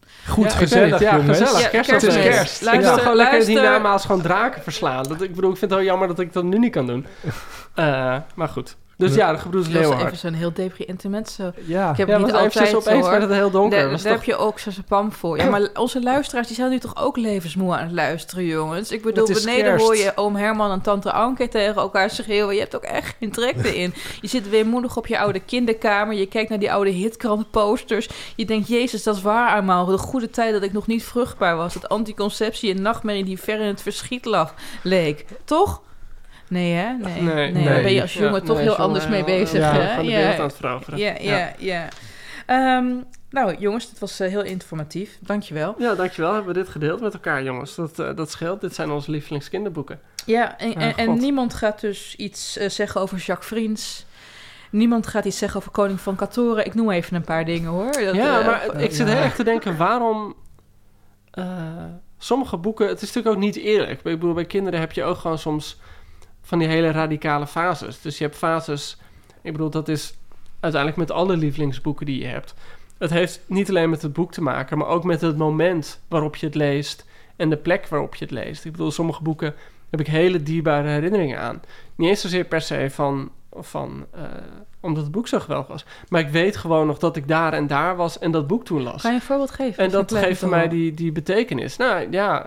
Goed, Ja, gezellig, jongens. gezellig. Ja, Kerst kerst is is kerst. Ik luister, zou gewoon lekker luister. die namaals gewoon draken verslaan. Ik vind het wel jammer dat ik dat nu niet kan doen. Maar goed. Dus ja, de gebroeders Dat was even Leeuwenhard. zo'n heel depri-intermezzo. Ja. Ik heb Ja, het want niet eventjes altijd opeens zo, werd hoor. het heel donker. Daar, Was daar toch- heb je ook zo'n pam voor. Ja, maar onze luisteraars die zijn nu toch ook levensmoe aan het luisteren, jongens. Ik bedoel, Het is beneden kerst. hoor je oom Herman en tante Anke tegen elkaar schreeuwen. Je hebt ook echt geen trek erin. Je zit weemoedig op je oude kinderkamer. Je kijkt naar die oude hitkrantenposters. Je denkt, jezus, dat is waar allemaal. De goede tijd dat ik nog niet vruchtbaar was. Dat anticonceptie en nachtmerrie die ver in het verschiet leek. Toch? Nee, hè? Nee. Daar ben je als jongen toch heel anders mee bezig, hè? Van de wereld aan het veroveren. Ja. Nou, jongens, dit was heel informatief. Dankjewel. Ja, dankjewel. Hebben we dit gedeeld met elkaar, jongens. Dat scheelt. Dit zijn onze lievelingskinderboeken. Ja, en God. niemand gaat dus iets zeggen over Jacques Friens. Niemand gaat iets zeggen over Koning van Katoren. Ik noem even een paar dingen, hoor. Maar ik zit heel erg te denken, waarom... sommige boeken... Het is natuurlijk ook niet eerlijk. Ik bedoel, bij kinderen heb je ook gewoon soms van die hele radicale fases. Dus je hebt fases... Ik bedoel, dat is uiteindelijk met alle lievelingsboeken die je hebt. Het heeft niet alleen met het boek te maken, maar ook met het moment waarop je het leest en de plek waarop je het leest. Ik bedoel, sommige boeken heb ik hele dierbare herinneringen aan. Niet eens zozeer per se omdat het boek zo geweldig was. Maar ik weet gewoon nog dat ik daar en daar was en dat boek toen las. Kan je een voorbeeld geven? En dat geeft voor mij die betekenis. Nou ja,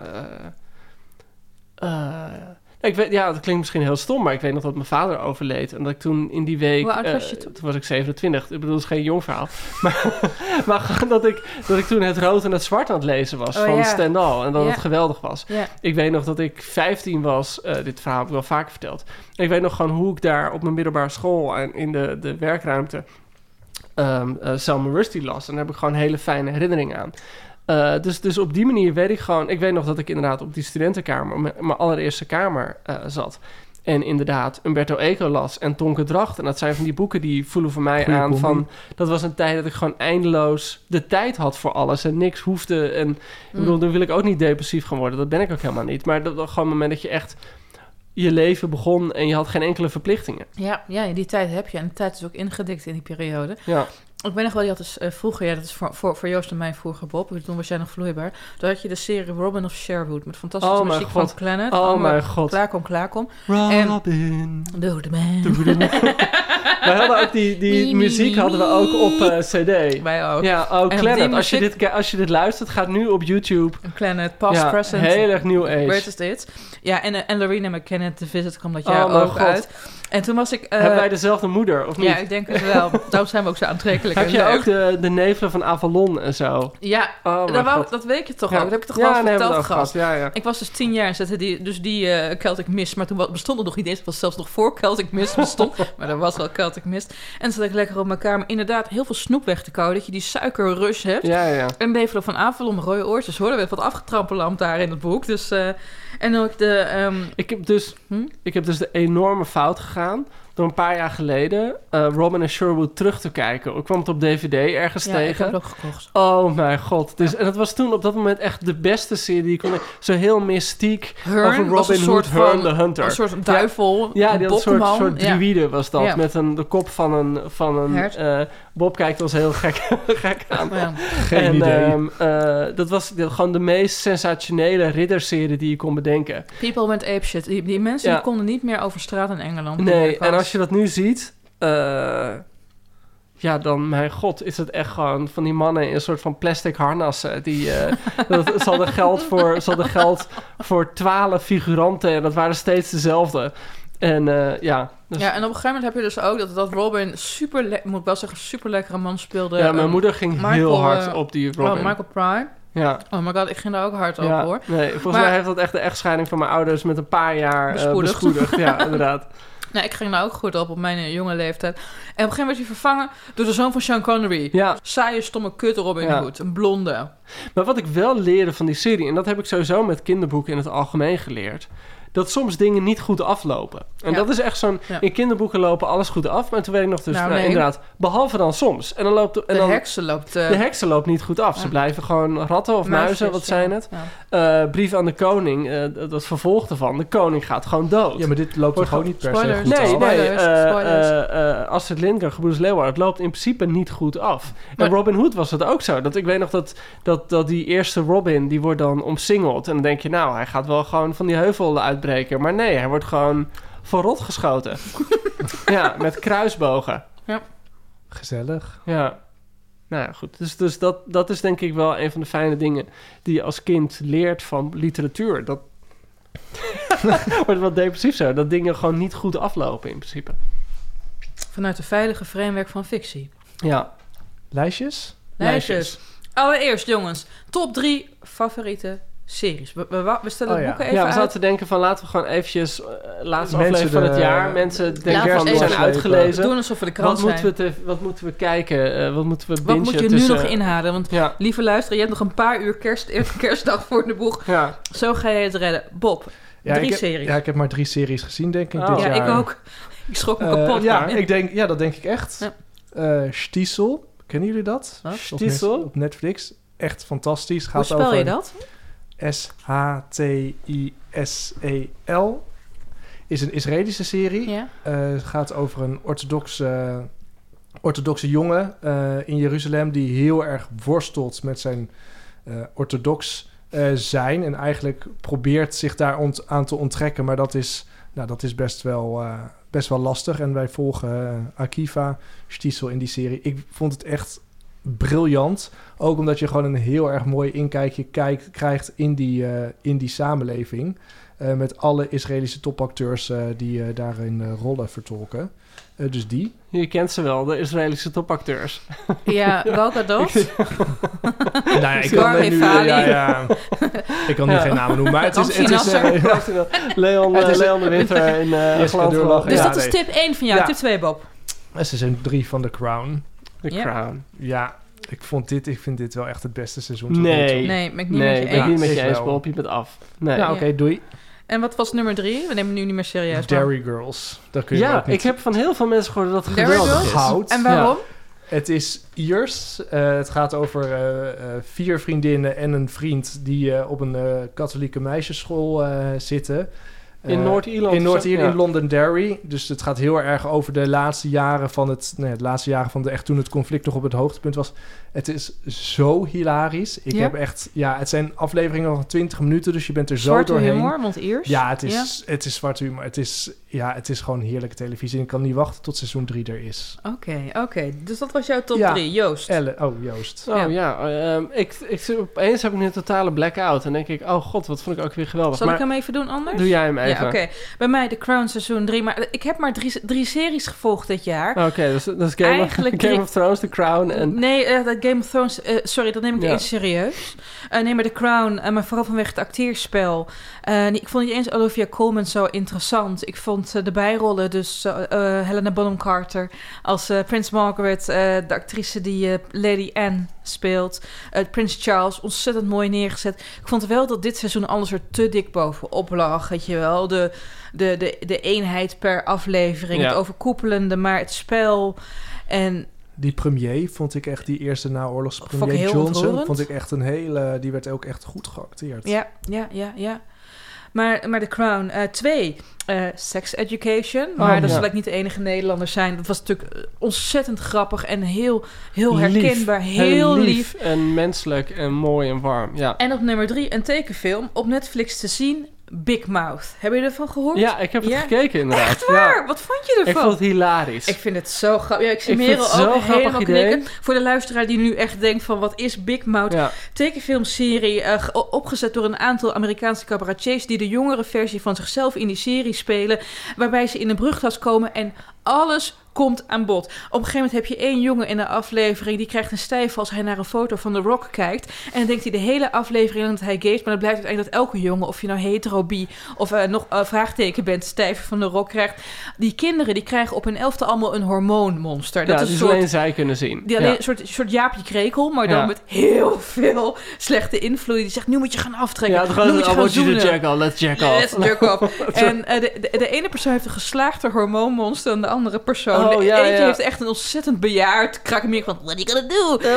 ik weet, ja, dat klinkt misschien heel stom, maar ik weet nog dat mijn vader overleed. En dat ik toen in die week... Hoe oud was je toen? Toen was ik 27. Ik bedoel, dat is geen jong verhaal. maar gewoon dat ik toen Het Rood en het Zwart aan het lezen was van Stendhal. En dat het geweldig was. Ja. Ik weet nog dat ik 15 was. Dit verhaal heb ik wel vaker verteld. En ik weet nog gewoon hoe ik daar op mijn middelbare school en in de werkruimte Salman Rushdie las. En daar heb ik gewoon hele fijne herinneringen aan. Dus op die manier weet ik gewoon... Ik weet nog dat ik inderdaad op die studentenkamer... mijn allereerste kamer zat. En inderdaad Umberto Eco las en Tonke Dracht. En dat zijn van die boeken die voelen voor mij Goeie aan combi. van... Dat was een tijd dat ik gewoon eindeloos de tijd had voor alles. En niks hoefde. En ik bedoel, dan wil ik ook niet depressief gaan worden. Dat ben ik ook helemaal niet. Maar dat was gewoon het moment dat je echt... je leven begon en je had geen enkele verplichtingen. Ja, die tijd heb je. En de tijd is ook ingedikt in die periode. Ja. Ik ben nog wel, die had dus vroeger... Ja, dat is voor Joost en mij vroeger, Bob. Toen was jij nog vloeibaar. Toen had je de serie Robin of Sherwood... met fantastische Oh, mijn muziek God. van Planet. Oh mijn god. Klaarkom. Robin. Doe de man. We hadden ook die muziek hadden we ook op CD. Wij ook. Ja, En op die Planet. muziek- Als je dit luistert, gaat nu op YouTube. Planet, past, Ja, present. heel erg new age. Greatest hits. Ja, en Lorena McKenna, The Visit, kwam dat Oh, jaar mijn ook God. uit. En toen was ik... Hebben wij dezelfde moeder, of niet? Ja, ik denk het wel. Daarom zijn we ook zo aantrekkelijk. Heb en je leuk. ook de nevelen van Avalon en zo? Ja, Oh, mijn God. dat weet je toch Ja. ook. Dat heb ik toch wel eens nee, hebben we verteld, het over gast. gehad. Ja. Ik was dus 10 jaar en zette die Celtic Mist, maar toen bestond het nog niet eens. Het was zelfs nog voor Celtic Mist bestond, maar er was wel Celtic Mist. En toen zat ik lekker op mijn kamer, inderdaad heel veel snoep weg te kauwen, dat je die suikerrush hebt. Ja. En Nevelen van Avalon, rode oortjes, hoor. Er werd wat afgetrampelamd daar in het boek. Dus, en ook Ik heb dus de enorme fout gegaan door een paar jaar geleden Robin en Sherwood terug te kijken. Ik kwam het op DVD ergens ja, ik tegen. heb het ook gekocht. Oh mijn god. Dus, en dat was toen op dat moment echt de beste serie die ik kon... Zo heel mystiek over was Robin een Hood, soort Hearn van- the Hunter. Een soort duivel, Ja, die had een bokman. soort druïde was dat. Ja. Met de kop van een Hert. Bob kijkt ons heel gek aan. Ja. Geen idee. Dat was gewoon de meest sensationele ridderserie die je kon bedenken. People went apeshit. Die mensen die konden niet meer over straat in Engeland. Nee, en als je dat nu ziet... ja, dan, mijn god, is het echt gewoon van die mannen in een soort van plastic harnassen. Die, dat zal de geld voor 12 figuranten en dat waren steeds dezelfde. En ja... Dus, ja, en op een gegeven moment heb je dus ook dat Robin moet ik wel zeggen, super lekkere man speelde. ja, mijn moeder ging Michael, heel hard op die Robin. Michael Pry. Ja. Oh my god, ik ging daar ook hard op, Ja, hoor. nee, volgens mij heeft dat echt de echtscheiding van mijn ouders met een paar jaar bespoedigd. Ja, inderdaad. Nou, ik ging daar ook goed op mijn jonge leeftijd. En op een gegeven moment werd hij vervangen door de zoon van Sean Connery. Ja. Saaie, stomme kut Robin Hood. Een blonde. Maar wat ik wel leerde van die serie... en dat heb ik sowieso met kinderboeken in het algemeen geleerd... dat soms dingen niet goed aflopen. En dat is echt zo'n... Ja. In kinderboeken lopen alles goed af. Maar toen weet ik nog dus... Nee. inderdaad, behalve dan soms. En dan loopt... De heksen loopt niet goed af. Ze blijven gewoon ratten of muizen, wat zijn het? Ja. Brief aan de koning, dat vervolg ervan. De koning gaat gewoon dood. Ja, maar dit loopt er gewoon niet per se Spoilers. goed af. Spoilers. Astrid Lindgren, Gebroeders Leeuwen, het loopt in principe niet goed af. En Robin Hood was het ook zo. Dat ik weet nog dat die eerste Robin, die wordt dan omsingeld. En dan denk je, nou, hij gaat wel gewoon van die heuvel uitbreken. Maar nee, hij wordt gewoon verrot geschoten. Ja, met kruisbogen. Ja. Gezellig. Ja. Nou ja, goed. Dus dat is denk ik wel een van de fijne dingen die je als kind leert van literatuur. Dat wordt wat depressief zo. Dat dingen gewoon niet goed aflopen in principe. Vanuit de veilige framework van fictie. Ja. Lijstjes? Allereerst, jongens. Top 3 favoriete series. We stellen het boeken even we uit. zaten te denken van laten we gewoon eventjes... laatste Mensen aflevering van het jaar. Mensen denken van, we even zijn uitgelezen. Doen alsof we de krant Wat moeten we kijken? Wat moeten we bingen? Wat moet je nu nog inhalen? Want ja. lieve luisteraar, je hebt nog een paar uur kerstdag voor de boeg. Ja. Zo ga je het redden. Bob, 3 series. Ja, ik heb maar 3 series gezien, denk ik, dit Ja, jaar. ik ook. Ik schrok me kapot. Dat denk ik echt. Stiesel, kennen jullie dat? Stiesel? Op Netflix. Echt fantastisch. Hoe Gaat spel over je dat? Shtisel. Is een Israëlische serie. Ja. Gaat over een orthodoxe jongen in Jeruzalem die heel erg worstelt met zijn orthodox zijn en eigenlijk probeert zich daar aan te onttrekken, maar dat is best wel lastig. En wij volgen Akiva Stiesel in die serie. Ik vond het echt briljant. Ook omdat je gewoon een heel erg mooi inkijkje krijgt in die samenleving. Met alle Israëlische topacteurs die daarin rollen vertolken. Dus die. Je kent ze wel, de Israëlische topacteurs. Ja, welke dat? Ik kan nu geen namen noemen, maar het is Leon de Winter in Glans. Dus dat is tip 1 van jou, tip 2, Bob. Seizoen 3 van The Crown. The Crown. Ja, ik vind dit wel echt het beste seizoen. Nee, ben ik niet met je eens. Bob, je bent af. Nee. Nou, oké, doei. En wat was nummer 3? We nemen nu niet meer serieus. Derry Girls. Dat kun je ook niet. Ik heb van heel veel mensen gehoord dat het geweldig is. Goud. En waarom? Het is Iers. Het gaat over 4 vriendinnen en een vriend die op een katholieke meisjesschool zitten. In Noord-Ierland? In Noord-Ierland, in Londonderry. Dus het gaat heel erg over de laatste jaren van echt toen het conflict nog op het hoogtepunt was. Het is zo hilarisch. Het zijn afleveringen van 20 minuten, dus je bent er zo doorheen. Zwarte humor, want Iers? Ja, het is zwarte humor. Het is gewoon heerlijke televisie. En ik kan niet wachten tot seizoen 3 er is. Oké. Dus dat was jouw top 3. Joost. Joost. Opeens heb ik nu een totale blackout. En denk ik, oh god, wat vond ik ook weer geweldig. Zal ik hem even doen anders? Doe jij hem even. Ja, oké. Bij mij The Crown seizoen 3. Maar ik heb maar drie series gevolgd dit jaar. Oké, dus dat is Game of Thrones, The Crown en... Nee, dat Game of Thrones... sorry, dat neem ik eens serieus. Nee, maar The Crown, maar vooral vanwege het acteerspel. Ik vond niet eens Olivia Colman zo interessant. Ik vond de bijrollen, dus Helena Bonham Carter als Prins Margaret, de actrice die Lady Anne speelt, Prins Charles, ontzettend mooi neergezet. Ik vond wel dat dit seizoen alles er te dik bovenop lag, weet je wel. De eenheid per aflevering, het overkoepelende, maar het spel en... Die premier vond ik echt, die eerste naoorlogspremier Johnson, ontroerend. Vond ik echt een hele... Die werd ook echt goed geacteerd. Ja. Maar The Crown 2, Sex Education. Maar dat zal ik niet de enige Nederlander zijn. Dat was natuurlijk ontzettend grappig en heel herkenbaar. Heel lief. En menselijk en mooi en warm. Ja. En op nummer 3, een tekenfilm op Netflix te zien... Big Mouth. Heb je ervan gehoord? Ja, ik heb het gekeken inderdaad. Echt waar? Wat vond je ervan? Ik vond het hilarisch. Ik vind het zo grappig. Ja, ik zie Merel ook helemaal knikken. Voor de luisteraar die nu echt denkt van wat is Big Mouth? Ja. Tekenfilmserie opgezet door een aantal Amerikaanse cabaretiers die de jongere versie van zichzelf in die serie spelen. Waarbij ze in een brugklas komen en alles komt aan bod. Op een gegeven moment heb je 1 jongen in de aflevering... die krijgt een stijf als hij naar een foto van The Rock kijkt. En dan denkt hij de hele aflevering dat hij gay is... maar dan blijft uiteindelijk dat elke jongen... of je nou hetero, bi of nog vraagteken bent... stijf van The Rock krijgt. Die kinderen die krijgen op hun 11e allemaal een hormoonmonster. Dat is die soort, alleen zij kunnen zien. Die alleen een soort Jaapje Krekel... maar dan met heel veel slechte invloeden. Die zegt, nu moet je gaan aftrekken. Ja, dan gaan zoenen. Let's jack off. En de ene persoon heeft een geslaagde hormoonmonster... en de andere persoon... Eentje heeft echt een ontzettend bejaard krakemeer van... what are you gonna do?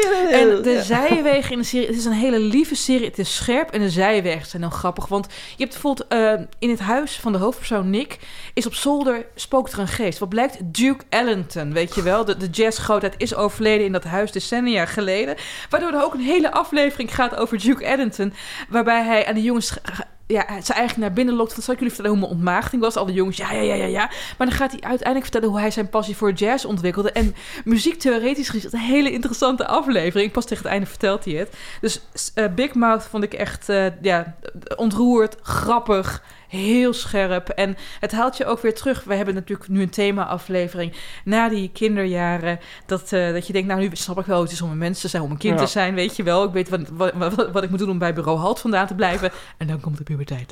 En de zijwegen in de serie... het is een hele lieve serie. Het is scherp en de zijwegen zijn dan grappig. Want je hebt bijvoorbeeld in het huis van de hoofdpersoon Nick... is op zolder spookt er een geest. Wat blijkt? Duke Ellington, weet je wel? De jazzgrootheid is overleden in dat huis decennia geleden. Waardoor er ook een hele aflevering gaat over Duke Ellington... waarbij hij aan de jongens... ze eigenlijk naar binnen lokt. Zal ik jullie vertellen hoe mijn ontmaagding was? Alle jongens, ja. Maar dan gaat hij uiteindelijk vertellen... hoe hij zijn passie voor jazz ontwikkelde. En muziektheoretisch gezien... een hele interessante aflevering. Pas tegen het einde vertelt hij het. Dus Big Mouth vond ik echt ontroerd, grappig... heel scherp. En het haalt je ook weer terug. We hebben natuurlijk nu een thema-aflevering... na die kinderjaren... dat je denkt, nou, nu snap ik wel... het is om een mens te zijn, om een kind te zijn, weet je wel. Ik weet wat ik moet doen om bij bureau Halt vandaan te blijven. En dan komt de puberteit.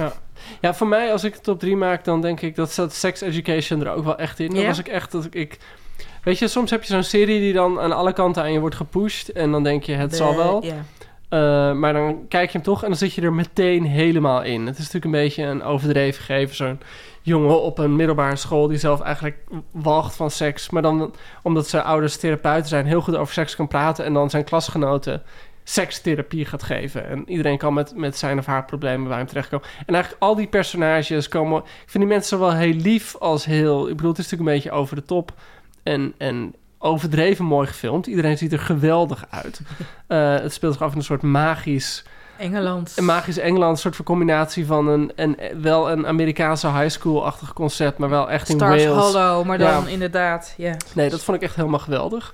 Ja, voor mij, als ik het top 3 maak... dan denk ik dat staat sex education er ook wel echt in. Dan was ik echt... Weet je, soms heb je zo'n serie... die dan aan alle kanten aan je wordt gepusht... en dan denk je, het zal wel... maar dan kijk je hem toch en dan zit je er meteen helemaal in. Het is natuurlijk een beetje een overdreven gegeven. Zo'n jongen op een middelbare school die zelf eigenlijk walgt van seks. Maar dan, omdat zijn ouders therapeuten zijn, heel goed over seks kan praten. En dan zijn klasgenoten sekstherapie gaat geven. En iedereen kan met zijn of haar problemen bij hem terechtkomen. En eigenlijk al die personages komen... Ik vind die mensen wel heel lief als heel... Ik bedoel, het is natuurlijk een beetje over de top. En overdreven mooi gefilmd. Iedereen ziet er geweldig uit. Het speelt zich af in een soort magisch Engeland, een soort van combinatie van wel een Amerikaanse high school-achtig concept, maar wel echt in Stars Wales. Hollow, maar dan inderdaad, Nee, dat vond ik echt helemaal geweldig.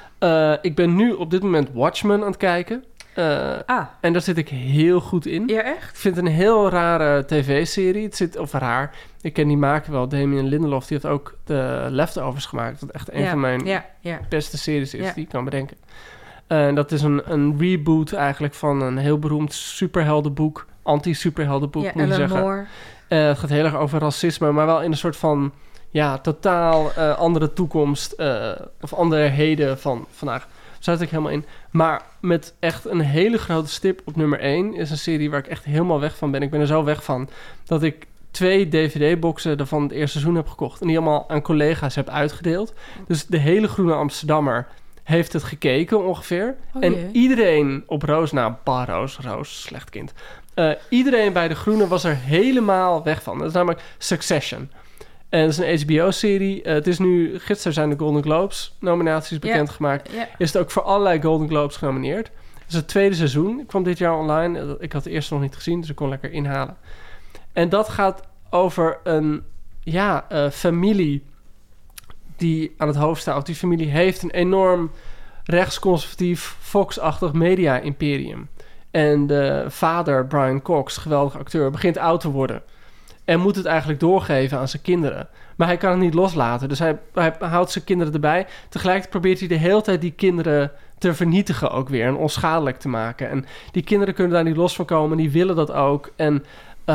Ik ben nu op dit moment Watchmen aan het kijken. En daar zit ik heel goed in. Ja, echt? Ik vind het een heel rare tv-serie. Raar. Ik ken die maker wel, Damien Lindelof. Die heeft ook de Leftovers gemaakt. Wat echt een van mijn beste series is die ik kan bedenken. Dat is een reboot eigenlijk van een heel beroemd superheldenboek. Anti-superheldenboek, moet je zeggen. Het gaat heel erg over racisme, maar wel in een soort van... totaal andere toekomst of andere heden van vandaag. Daar zat ik helemaal in. Maar met echt een hele grote stip op nummer 1... is een serie waar ik echt helemaal weg van ben. Ik ben er zo weg van dat ik 2 DVD-boxen van het eerste seizoen heb gekocht... en die allemaal aan collega's heb uitgedeeld. Dus de hele Groene Amsterdammer heeft het gekeken ongeveer. Iedereen op Roos... Roos, slecht kind. Iedereen bij de Groene was er helemaal weg van. Dat is namelijk Succession... En het is een HBO-serie. Het is nu... Gisteren zijn de Golden Globes nominaties bekendgemaakt. Is het ook voor allerlei Golden Globes genomineerd. Het is het 2e seizoen. Ik kwam dit jaar online. Ik had de eerste nog niet gezien, dus ik kon lekker inhalen. En dat gaat over een familie die aan het hoofd staat. Die familie heeft een enorm rechtsconservatief, Fox-achtig media-imperium. En de vader, Brian Cox, geweldige acteur, begint oud te worden. En moet het eigenlijk doorgeven aan zijn kinderen. Maar hij kan het niet loslaten. Dus hij houdt zijn kinderen erbij. Tegelijkertijd probeert hij de hele tijd die kinderen te vernietigen ook weer. En onschadelijk te maken. En die kinderen kunnen daar niet los van komen. Die willen dat ook. En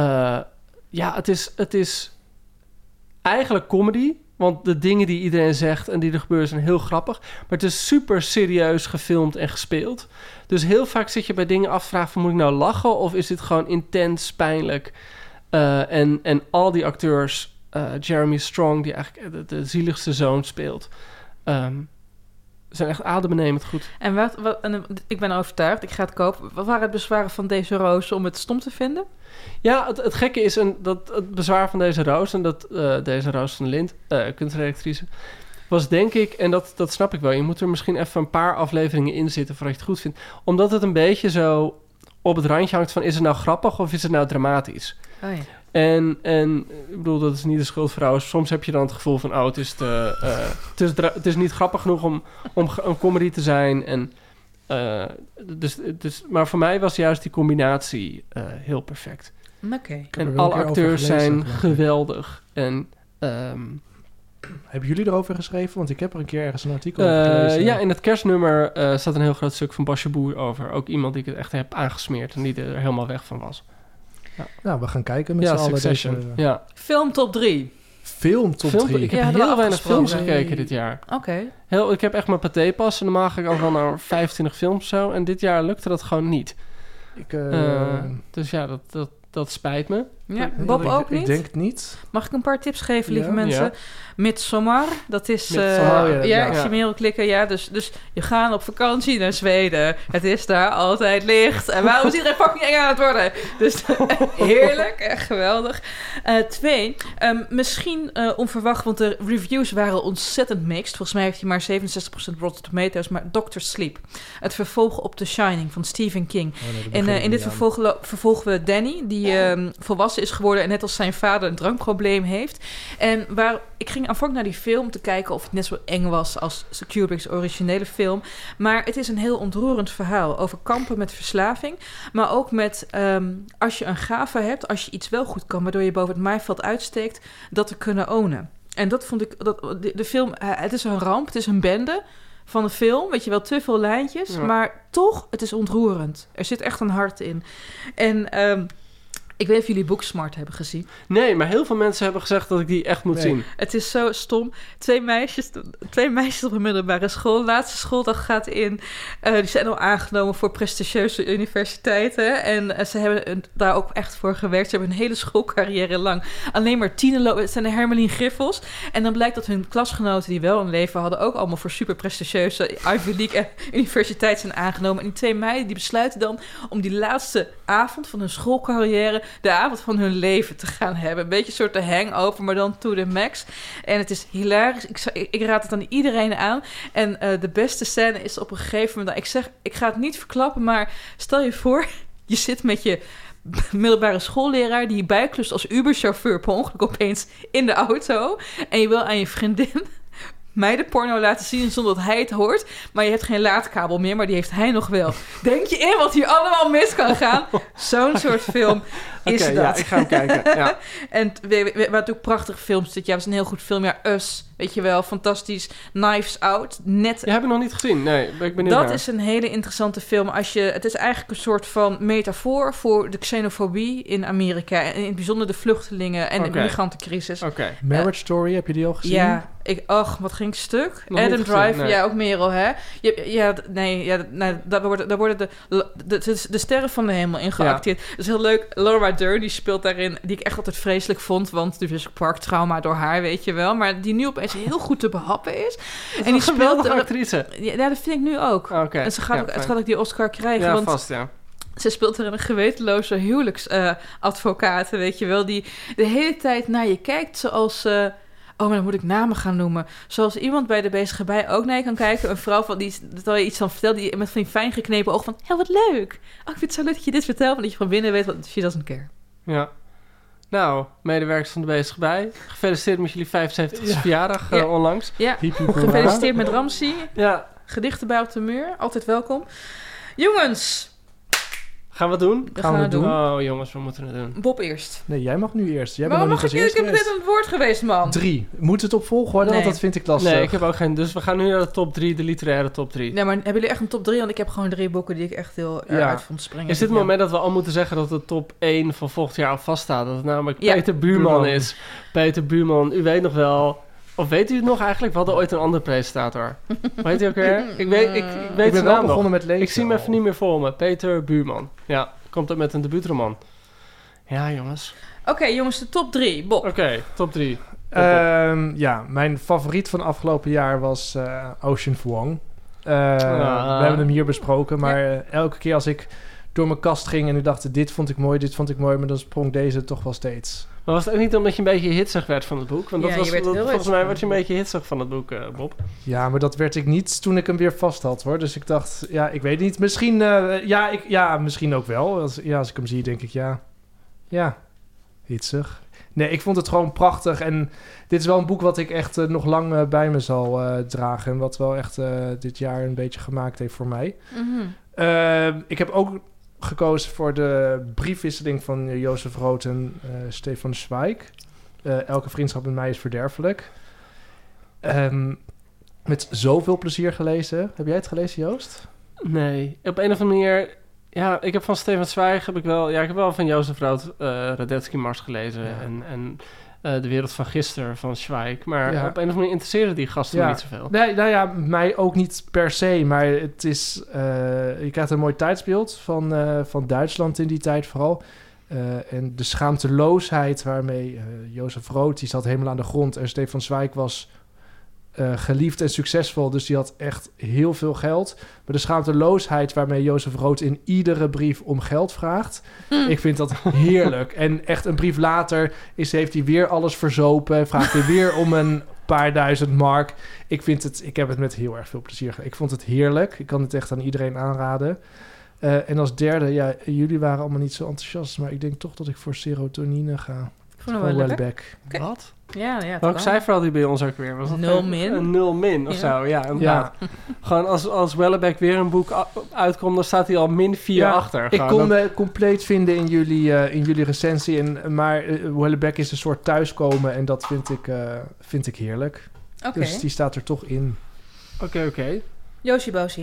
het is eigenlijk comedy. Want de dingen die iedereen zegt en die er gebeuren zijn heel grappig. Maar het is super serieus gefilmd en gespeeld. Dus heel vaak zit je bij dingen af te vragen van... moet ik nou lachen of is dit gewoon intens pijnlijk... En al die acteurs, Jeremy Strong, die eigenlijk de zieligste zoon speelt, zijn echt adembenemend goed. En ik ben overtuigd, ik ga het kopen. Wat waren het bezwaren van deze roos om het stom te vinden? Ja, het gekke is dat het bezwaar van deze roos, en dat deze Roos van Lint, kunstredactrice, was denk ik, en dat snap ik wel, je moet er misschien even een paar afleveringen in zitten voordat je het goed vindt, omdat het een beetje zo op het randje hangt van, is het nou grappig of is het nou dramatisch? Oh ja. En ik bedoel, dat is niet de schuld van vrouwen. Soms heb je dan het gevoel van... het is niet grappig genoeg om een comedy te zijn. En, maar voor mij was juist die combinatie heel perfect. Oké. En alle acteurs zijn geweldig. En Hebben jullie erover geschreven? Want ik heb er een keer ergens een artikel over gelezen. Ja, in het kerstnummer staat een heel groot stuk van Basje Boer over. Ook iemand die ik het echt heb aangesmeerd en die er helemaal weg van was. Nou, we gaan kijken met z'n allen. Succession. Ja. Film top 3. Film top 3. Ik heb Ja, heel weinig films afgesproken. gekeken dit jaar. Oké. Ik heb echt mijn patépas en normaal ga ik al wel naar 25 films zo. En dit jaar lukte dat gewoon niet. Dus ja, dat spijt me. Ja, Bob ook niet? Ik denk het niet. Mag ik een paar tips geven, lieve Ja. mensen? Ja. Midsommar, dat is... Midsommar, ik zie Merel klikken. Ja, dus je gaat op vakantie naar Zweden. Het is daar altijd licht. En waarom is iedereen fucking eng aan het worden? Dus heerlijk, echt geweldig. 2, misschien onverwacht, want de reviews waren ontzettend mixed. Volgens mij heeft hij maar 67% Rotten Tomatoes. Maar Dr. Sleep, het vervolg op The Shining van Stephen King. In dit vervolgen we Danny, die volwassen is geworden en net als zijn vader een drankprobleem heeft. En ik ging aanvankelijk naar die film om te kijken of het net zo eng was als Kubrick's originele film. Maar het is een heel ontroerend verhaal over kampen met verslaving. Maar ook met als je een gave hebt, als je iets wel goed kan, waardoor je boven het maaiveld uitsteekt, dat te kunnen ownen. En dat vond ik, de film, het is een ramp, het is een bende van de film. Weet je wel, te veel lijntjes, maar toch, het is ontroerend. Er zit echt een hart in. En ik weet niet of jullie Booksmart hebben gezien. Nee, maar heel veel mensen hebben gezegd dat ik die echt moet zien. Het is zo stom. Twee meisjes op een middelbare school. Laatste schooldag gaat in. Die zijn al aangenomen voor prestigieuze universiteiten. En ze hebben daar ook echt voor gewerkt. Ze hebben hun hele schoolcarrière lang alleen maar tienenlopen. Het zijn de Hermelien Griffels. En dan blijkt dat hun klasgenoten die wel een leven hadden ook allemaal voor super prestigieuze Ivy League universiteit zijn aangenomen. En die twee meiden die besluiten dan om die laatste avond van hun schoolcarrière de avond van hun leven te gaan hebben. Een beetje een soort de hangover, maar dan to the max. En het is hilarisch. Ik raad het aan iedereen aan. En de beste scène is op een gegeven moment... Ik ga het niet verklappen, maar stel je voor, je zit met je middelbare schoolleraar die bijklust als Uber-chauffeur per ongeluk opeens in de auto. En je wil aan je vriendin meidenporno laten zien zonder dat hij het hoort. Maar je hebt geen laadkabel meer, maar die heeft hij nog wel. Denk je in wat hier allemaal mis kan gaan? Zo'n soort film is dat. Ja, ik ga hem kijken. Ja. En wat ook prachtige films dit jaar. Het was een heel goed filmjaar. Us, weet je wel, fantastisch. Knives Out, net. Die heb ik nog niet gezien. Nee, ben ik benieuwd Dat naar. is een hele interessante film. Het is eigenlijk een soort van metafoor voor de xenofobie in Amerika. En in het bijzonder de vluchtelingen en de migrantencrisis. Marriage Story, heb je die al gezien? Ja, wat ging stuk? Nog Adam niet Driver, gezien, nee. ja, ook Merel, hè? Daar worden de sterren van de hemel in geacteerd. Dat is heel leuk. Laura Dern, die speelt daarin, die ik echt altijd vreselijk vond, want Jurassic Park trauma door haar, weet je wel. Maar die nu opeens heel goed te behappen is. En die speelt een actrice. Ja, dat vind ik nu ook. Okay. En ze gaat ook die Oscar krijgen. Ja, want vast, ja. ze speelt er een gewetenloze huwelijksadvocaat, weet je wel, die de hele tijd naar je kijkt zoals... maar dan moet ik namen gaan noemen. Zoals iemand bij de bezige bij ook naar je kan kijken. Een vrouw van die, terwijl je iets van vertelt, die met van die fijn geknepen oog van, wat leuk. Ik vind het zo leuk dat je dit vertelt, want dat je van binnen weet wat she doesn't care. Ja. Nou, medewerkers van de bezige bij. Gefeliciteerd met jullie 75e verjaardag onlangs. Ja, gefeliciteerd met Ramsey. Ja. Gedichten bij op de muur. Altijd welkom. Jongens. Gaan we het doen? Gaan we het doen. Oh jongens, we moeten het doen. Bob eerst. Nee, jij mag nu eerst. Jij Waarom bent nog mag niet ik? Ik heb net aan het woord geweest, man. 3. Moet het op volgorde? Nee. Want dat vind ik lastig. Nee, ik heb ook geen... Dus we gaan nu naar de top 3, de literaire top 3. Nee, maar hebben jullie echt een top 3? Want ik heb gewoon 3 boeken die ik echt heel uit vond springen. Is dit het moment dat we al moeten zeggen dat de top 1 van volgend jaar al vaststaat? Dat het namelijk Peter Buurman is. Peter Buurman, u weet nog wel... Of weet u het nog eigenlijk? We hadden ooit een andere presentator. Weet u ook weer? Ik weet zijn naam begonnen met lezen. Ik zie hem even niet meer voor me. Peter Buurman. Ja, komt ook met een debuutroman. Ja, jongens. Oké, jongens, de top 3. Bob. Oké, top 3. Ja, mijn favoriet van afgelopen jaar was Ocean Vuong. We hebben hem hier besproken, maar elke keer als ik door mijn kast ging en ik dacht, dit vond ik mooi, maar dan sprong deze toch wel steeds. Maar was het ook niet omdat je een beetje hitsig werd van het boek? Want volgens mij werd je een beetje hitsig van het boek, Bob. Ja, maar dat werd ik niet toen ik hem weer vast had, hoor. Dus ik dacht, ik weet niet. Misschien, misschien ook wel. Als ik hem zie, denk ik, hitsig. Nee, ik vond het gewoon prachtig. En dit is wel een boek wat ik echt nog lang bij me zal dragen. En wat wel echt dit jaar een beetje gemaakt heeft voor mij. Mm-hmm. Ik heb ook gekozen voor de briefwisseling van Jozef Roth en Stefan Zweig. Elke vriendschap met mij is verderfelijk. met zoveel plezier gelezen. Heb jij het gelezen, Joost? Nee, op een of andere manier... Ja, ik heb van Stefan Zweig ik heb wel van Jozef Rood Radetzky-Mars gelezen. Ja. En De Wereld van Gisteren van Zweig. Maar op een of andere manier interesseren die gasten niet zoveel. Nee, nou ja, mij ook niet per se. Maar het is... je krijgt een mooi tijdsbeeld van Duitsland in die tijd vooral. En de schaamteloosheid waarmee Jozef Rood... die zat helemaal aan de grond. En Stefan Zweig was... geliefd en succesvol, dus die had echt heel veel geld. Maar de schaamteloosheid waarmee Jozef Rood in iedere brief om geld vraagt, ik vind dat heerlijk. En echt een brief later heeft hij weer alles verzopen, vraagt hij weer om een paar duizend mark. Ik heb het met heel erg veel plezier gedaan. Ik vond het heerlijk. Ik kan het echt aan iedereen aanraden. En als derde, jullie waren allemaal niet zo enthousiast, maar ik denk toch dat ik voor serotonine ga. Van Wellebeck. Okay. Wat? Ja. Welk cijfer had hij bij ons ook weer? Was dat 0 min? Een 0 min of zo, ja. Inderdaad. Ja. Gewoon als Wellebeck weer een boek uitkomt, dan staat hij al min 4 achter. Ik kon me compleet vinden in jullie recensie. Maar Wellebeck is een soort thuiskomen en dat vind ik heerlijk. Okay. Dus die staat er toch in. Oké. Josie Bosie.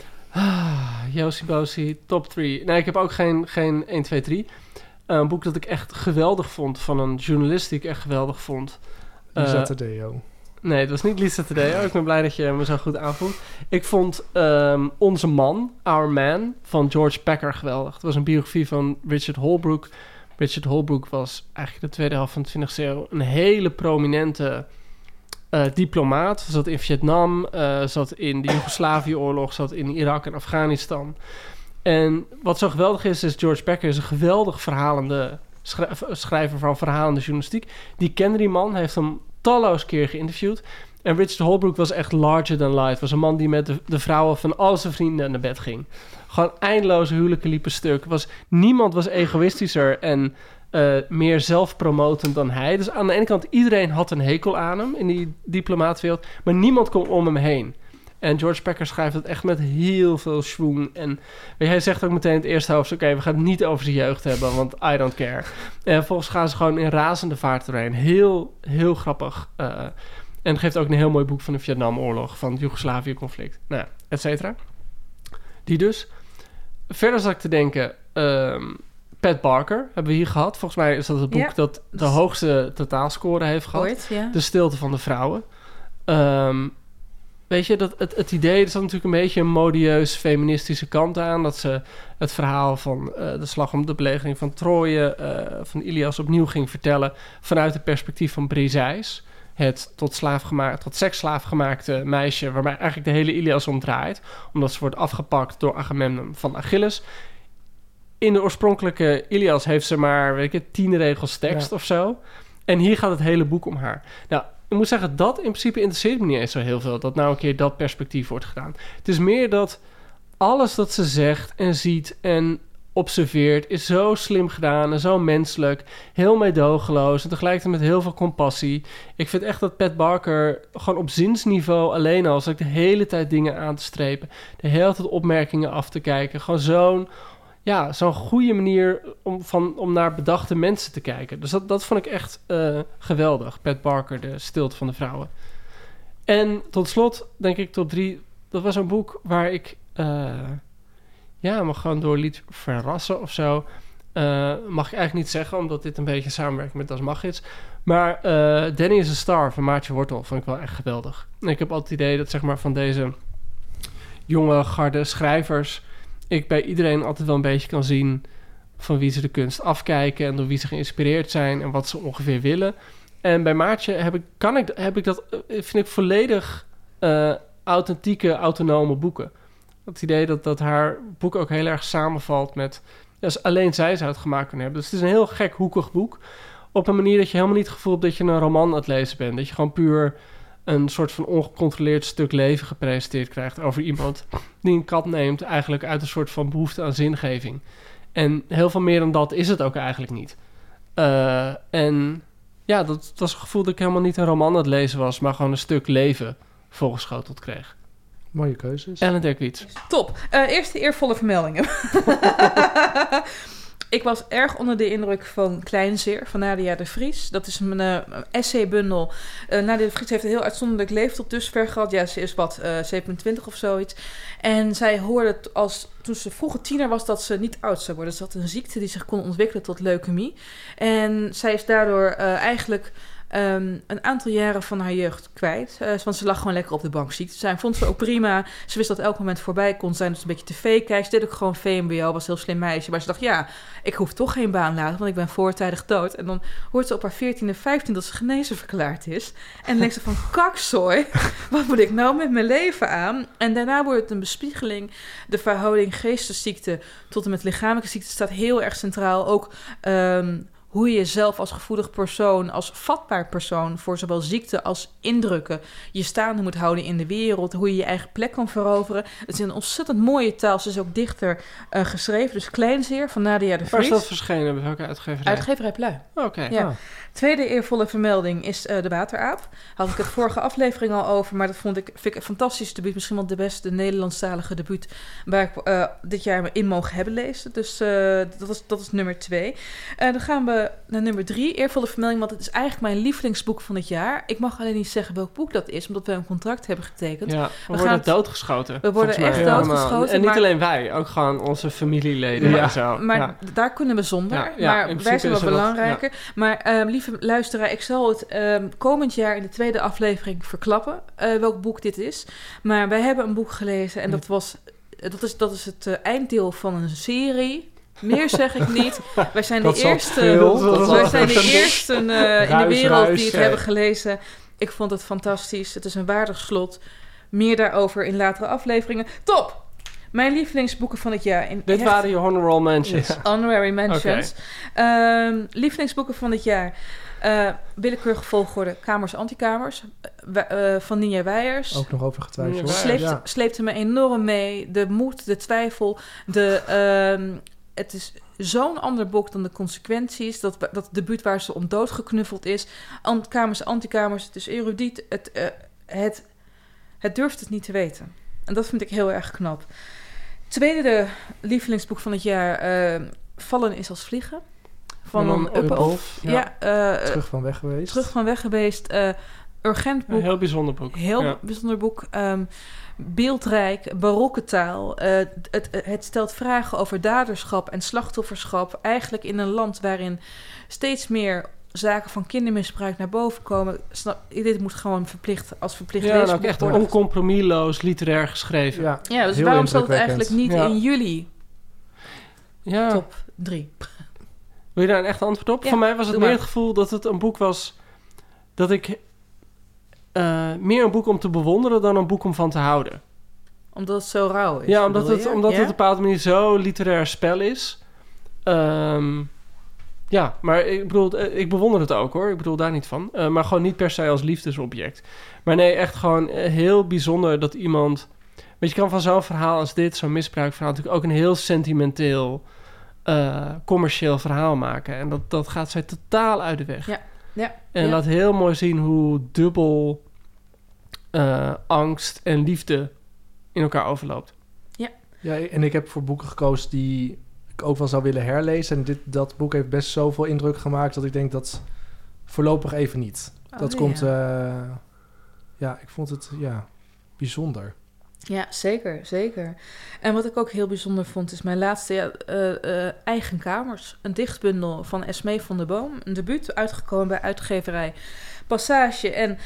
Josie Bosie, top 3. Nee, ik heb ook geen 1, 2, 3. Een boek dat ik echt geweldig vond, van een journalist die ik echt geweldig vond. Lisa Taddeo. Nee, het was niet Lisa Taddeo. Ik ben blij dat je me zo goed aanvoelt. Ik vond Onze Man, Our Man, van George Packer geweldig. Het was een biografie van Richard Holbrooke. Richard Holbrooke was eigenlijk de tweede helft van de 20e eeuw een hele prominente diplomaat. Zat in Vietnam, zat in de Joegoslavië-oorlog, zat in Irak en Afghanistan. En wat zo geweldig is George Packer is een geweldig verhalende schrijver van verhalende journalistiek. Die kende die man, heeft hem talloze keer geïnterviewd. En Richard Holbrooke was echt larger than life. Was een man die met de vrouwen van al zijn vrienden naar bed ging. Gewoon eindeloze huwelijken liepen stuk. Niemand was egoïstischer en meer zelfpromotend dan hij. Dus aan de ene kant, iedereen had een hekel aan hem in die diplomaatwereld. Maar niemand kon om hem heen. En George Packer schrijft het echt met heel veel schwung. En hij zegt ook meteen in het eerste hoofdstuk... oké, we gaan het niet over zijn jeugd hebben, want I don't care. En vervolgens gaan ze gewoon in razende vaart doorheen. Heel, heel grappig. En geeft ook een heel mooi boek van de Vietnamoorlog... van het Joegoslavië-conflict, nou, et cetera. Die dus. Verder zat ik te denken... Pat Barker hebben we hier gehad. Volgens mij is dat het boek dat de hoogste totaalscore heeft gehad. Ooit, ja. De stilte van de vrouwen. Weet je, dat het idee... er zat natuurlijk een beetje een modieus feministische kant aan... dat ze het verhaal van de slag om de belegering van Troje... van Ilias opnieuw ging vertellen... vanuit het perspectief van Briseis... het tot seksslaaf gemaakte meisje... waarbij eigenlijk de hele Ilias om draait... omdat ze wordt afgepakt door Agamemnon van Achilles. In de oorspronkelijke Ilias heeft ze maar 10 regels tekst of zo. En hier gaat het hele boek om haar. Nou, ik moet zeggen, dat in principe interesseert me niet eens zo heel veel... dat nou een keer dat perspectief wordt gedaan. Het is meer dat alles dat ze zegt en ziet en observeert... is zo slim gedaan en zo menselijk, heel meedogenloos... en tegelijkertijd met heel veel compassie. Ik vind echt dat Pat Barker gewoon op zinsniveau alleen al... zat ik de hele tijd dingen aan te strepen... de hele tijd opmerkingen af te kijken. Gewoon zo'n goede manier om naar bedachte mensen te kijken. Dus dat vond ik echt geweldig. Pat Barker, De Stilte van de Vrouwen. En tot slot, denk ik, top 3... dat was een boek waar ik me gewoon door liet verrassen of zo. Mag ik eigenlijk niet zeggen, omdat dit een beetje samenwerkt met Das Magits. Maar Danny is a Star van Maartje Wortel vond ik wel echt geweldig. En ik heb altijd het idee dat zeg maar van deze jonge garde schrijvers... ik bij iedereen altijd wel een beetje kan zien... van wie ze de kunst afkijken... en door wie ze geïnspireerd zijn... en wat ze ongeveer willen. En bij Maartje heb ik dat... vind ik volledig authentieke, autonome boeken. Het idee dat haar boek ook heel erg samenvalt met... dus alleen zij zou het gemaakt kunnen hebben. Dus het is een heel gek, hoekig boek. Op een manier dat je helemaal niet het gevoel hebt... dat je een roman aan het lezen bent. Dat je gewoon puur... een soort van ongecontroleerd stuk leven gepresenteerd krijgt... over iemand die een kat neemt... eigenlijk uit een soort van behoefte aan zingeving. En heel veel meer dan dat is het ook eigenlijk niet. En ja, dat was een gevoel dat ik helemaal niet een roman aan het lezen was... maar gewoon een stuk leven voorgeschoteld kreeg. Mooie keuzes. Ellen Dekwits. Top. Eerst de eervolle vermeldingen. Ik was erg onder de indruk van Kleinzeer van Nadia de Vries. Dat is een essaybundel. Nadia de Vries heeft een heel uitzonderlijk leven tot dusver gehad. Ja, ze is 27 of zoiets. En zij hoorde toen ze vroeger tiener was dat ze niet oud zou worden. Ze had een ziekte die zich kon ontwikkelen tot leukemie. En zij is daardoor eigenlijk een aantal jaren van haar jeugd kwijt. Want ze lag gewoon lekker op de bank ziek te zijn. Vond ze ook prima. Ze wist dat elk moment voorbij kon zijn. Dus een beetje tv kijken. Ze deed ook gewoon VMBO. Was een heel slim meisje. Maar ze dacht, ja, ik hoef toch geen baan later. Want ik ben voortijdig dood. En dan hoort ze op haar 14 en 15 dat ze genezen verklaard is. En dan denkt ze van, kakzooi. Wat moet ik nou met mijn leven aan? En daarna wordt het een bespiegeling. De verhouding geestesziekte tot en met lichamelijke ziekte staat heel erg centraal. Ook hoe je jezelf als gevoelig persoon, als vatbaar persoon voor zowel ziekte als indrukken je staande moet houden in de wereld. Hoe je je eigen plek kan veroveren. Het is een ontzettend mooie taal. Ze is ook dichter geschreven. Dus Kleinzeer van Nadia de Vries. Waar is dat verschenen? Welke uitgeverij? Uitgeverij Plui. Oké. Ja. Tweede eervolle vermelding is De Wateraap. Had ik het vorige aflevering al over, maar dat vind ik een fantastisch debuut. Misschien wel de beste Nederlandstalige debuut waar ik dit jaar in mogen hebben lezen. Dus dat is nummer 2. Dan gaan we naar nummer 3, eervolle vermelding, want het is eigenlijk mijn lievelingsboek van het jaar. Ik mag alleen niet zeggen welk boek dat is, omdat we een contract hebben getekend. Ja, we worden doodgeschoten. We worden echt doodgeschoten. En niet alleen wij, ook gewoon onze familieleden en zo. Maar daar kunnen we zonder. Maar wij zijn wel belangrijker. Maar lieve luisteraar, ik zal het komend jaar in de tweede aflevering verklappen welk boek dit is. Maar wij hebben een boek gelezen en dat is het einddeel van een serie. Meer zeg ik niet. Wij zijn de eerste in de wereld die het hebben gelezen. Ik vond het fantastisch. Het is een waardig slot. Meer daarover in latere afleveringen. Top! Mijn lievelingsboeken van het jaar. Dit waren je honorable mentions. Yes. Honorary mentions. Lievelingsboeken van het jaar. Willekeurige volgorde Kamers Antikamers van Ninja Weijers. Ook nog over getwijfeld. Sleepte me enorm mee. De moed, de twijfel, het is zo'n ander boek dan De Consequenties. Dat debuut waar ze om dood geknuffeld is. Kamers Antikamers, het is erudiet. Het durft het niet te weten. En dat vind ik heel erg knap. Tweede lievelingsboek van het jaar, Vallen is als vliegen. Van Uphoff. Terug van weg geweest. Terug van weg geweest. Urgent boek. Een heel bijzonder boek. Bijzonder boek. Beeldrijk, barokke taal. Het stelt vragen over daderschap en slachtofferschap. Eigenlijk in een land waarin steeds meer zaken van kindermisbruik naar boven komen. Dit moet gewoon verplicht leesboek ook echt oncompromisloos literair geschreven. Ja, dus waarom zat het eigenlijk niet in jullie top 3? Wil je daar een echt antwoord op? Ja, voor mij was het meer het gevoel dat het een boek was dat ik meer een boek om te bewonderen dan een boek om van te houden. Omdat het zo rauw is? Ja, omdat het op een bepaalde manier zo literair spel is. Maar ik bedoel, ik bewonder het ook hoor. Ik bedoel daar niet van. Maar gewoon niet per se als liefdesobject. Maar nee, echt gewoon heel bijzonder dat iemand... Weet je, kan van zo'n verhaal als dit, zo'n misbruikverhaal... natuurlijk ook een heel sentimenteel, commercieel verhaal maken. En dat gaat zij totaal uit de weg. Ja. En laat heel mooi zien hoe dubbel angst en liefde in elkaar overloopt. Ja, en ik heb voor boeken gekozen die ik ook wel zou willen herlezen. En dat boek heeft best zoveel indruk gemaakt dat ik denk dat voorlopig even niet. Dat komt... ik vond het bijzonder. Ja, zeker. En wat ik ook heel bijzonder vond, is mijn laatste Eigen Kamers. Een dichtbundel van Esmee van der Boom. Een debuut uitgekomen bij uitgeverij Passage. En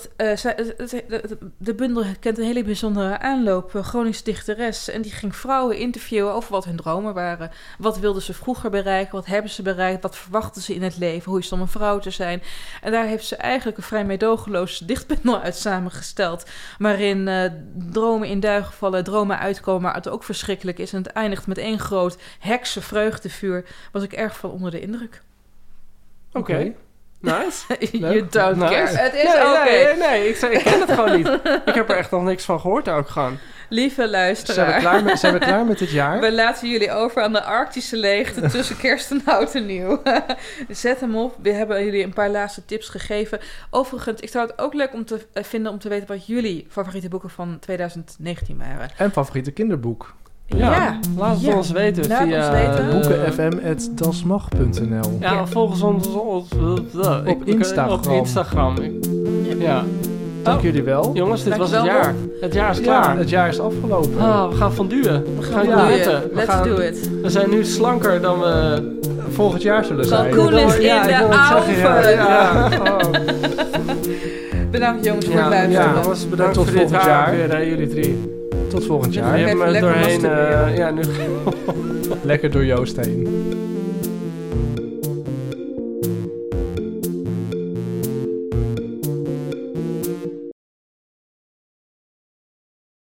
de bundel kent een hele bijzondere aanloop. Groningse dichteres. En die ging vrouwen interviewen over wat hun dromen waren. Wat wilden ze vroeger bereiken? Wat hebben ze bereikt? Wat verwachten ze in het leven? Hoe is het om een vrouw te zijn? En daar heeft ze eigenlijk een vrij meedogenloos dichtbundel uit samengesteld. Waarin dromen in duigen vallen, dromen uitkomen, maar het ook verschrikkelijk is. En het eindigt met één groot heksenvreugdevuur. Was ik erg van onder de indruk. Oké. Nice. You don't care. Het is Nee, ik ken het gewoon niet. Ik heb er echt nog niks van gehoord ook gewoon. Lieve luisteraar. Zijn we klaar met dit jaar? We laten jullie over aan de arctische leegte tussen kerst en oud en nieuw. Zet hem op. We hebben jullie een paar laatste tips gegeven. Overigens, ik zou het ook leuk om te weten wat jullie favoriete boeken van 2019 waren. En favoriete kinderboek. Ja. Laat het ons weten Laat via ons weten. boekenfm@dasmag.nl. Ja, volg ons Op Instagram. Op Instagram. Ja. Dank jullie wel. Jongens, dit was het Dankjewel, jaar. Het jaar is klaar. Ja, het jaar is afgelopen. We gaan fonduën. We gaan Do gourmetten. it. Let's do it. We zijn nu slanker dan we... Volgend jaar zullen zijn. Kalkoen is in Ja, ik de wil het zeggen, oven. ja. Oh. Bedankt jongens voor het Ja, luisteren. jongens, bedankt Tot voor dit volgend jaar. jaar. Weer, jullie 3. Tot volgend Je jaar. hebt me Lekker doorheen... masturberen. nu... Lekker door Joost heen.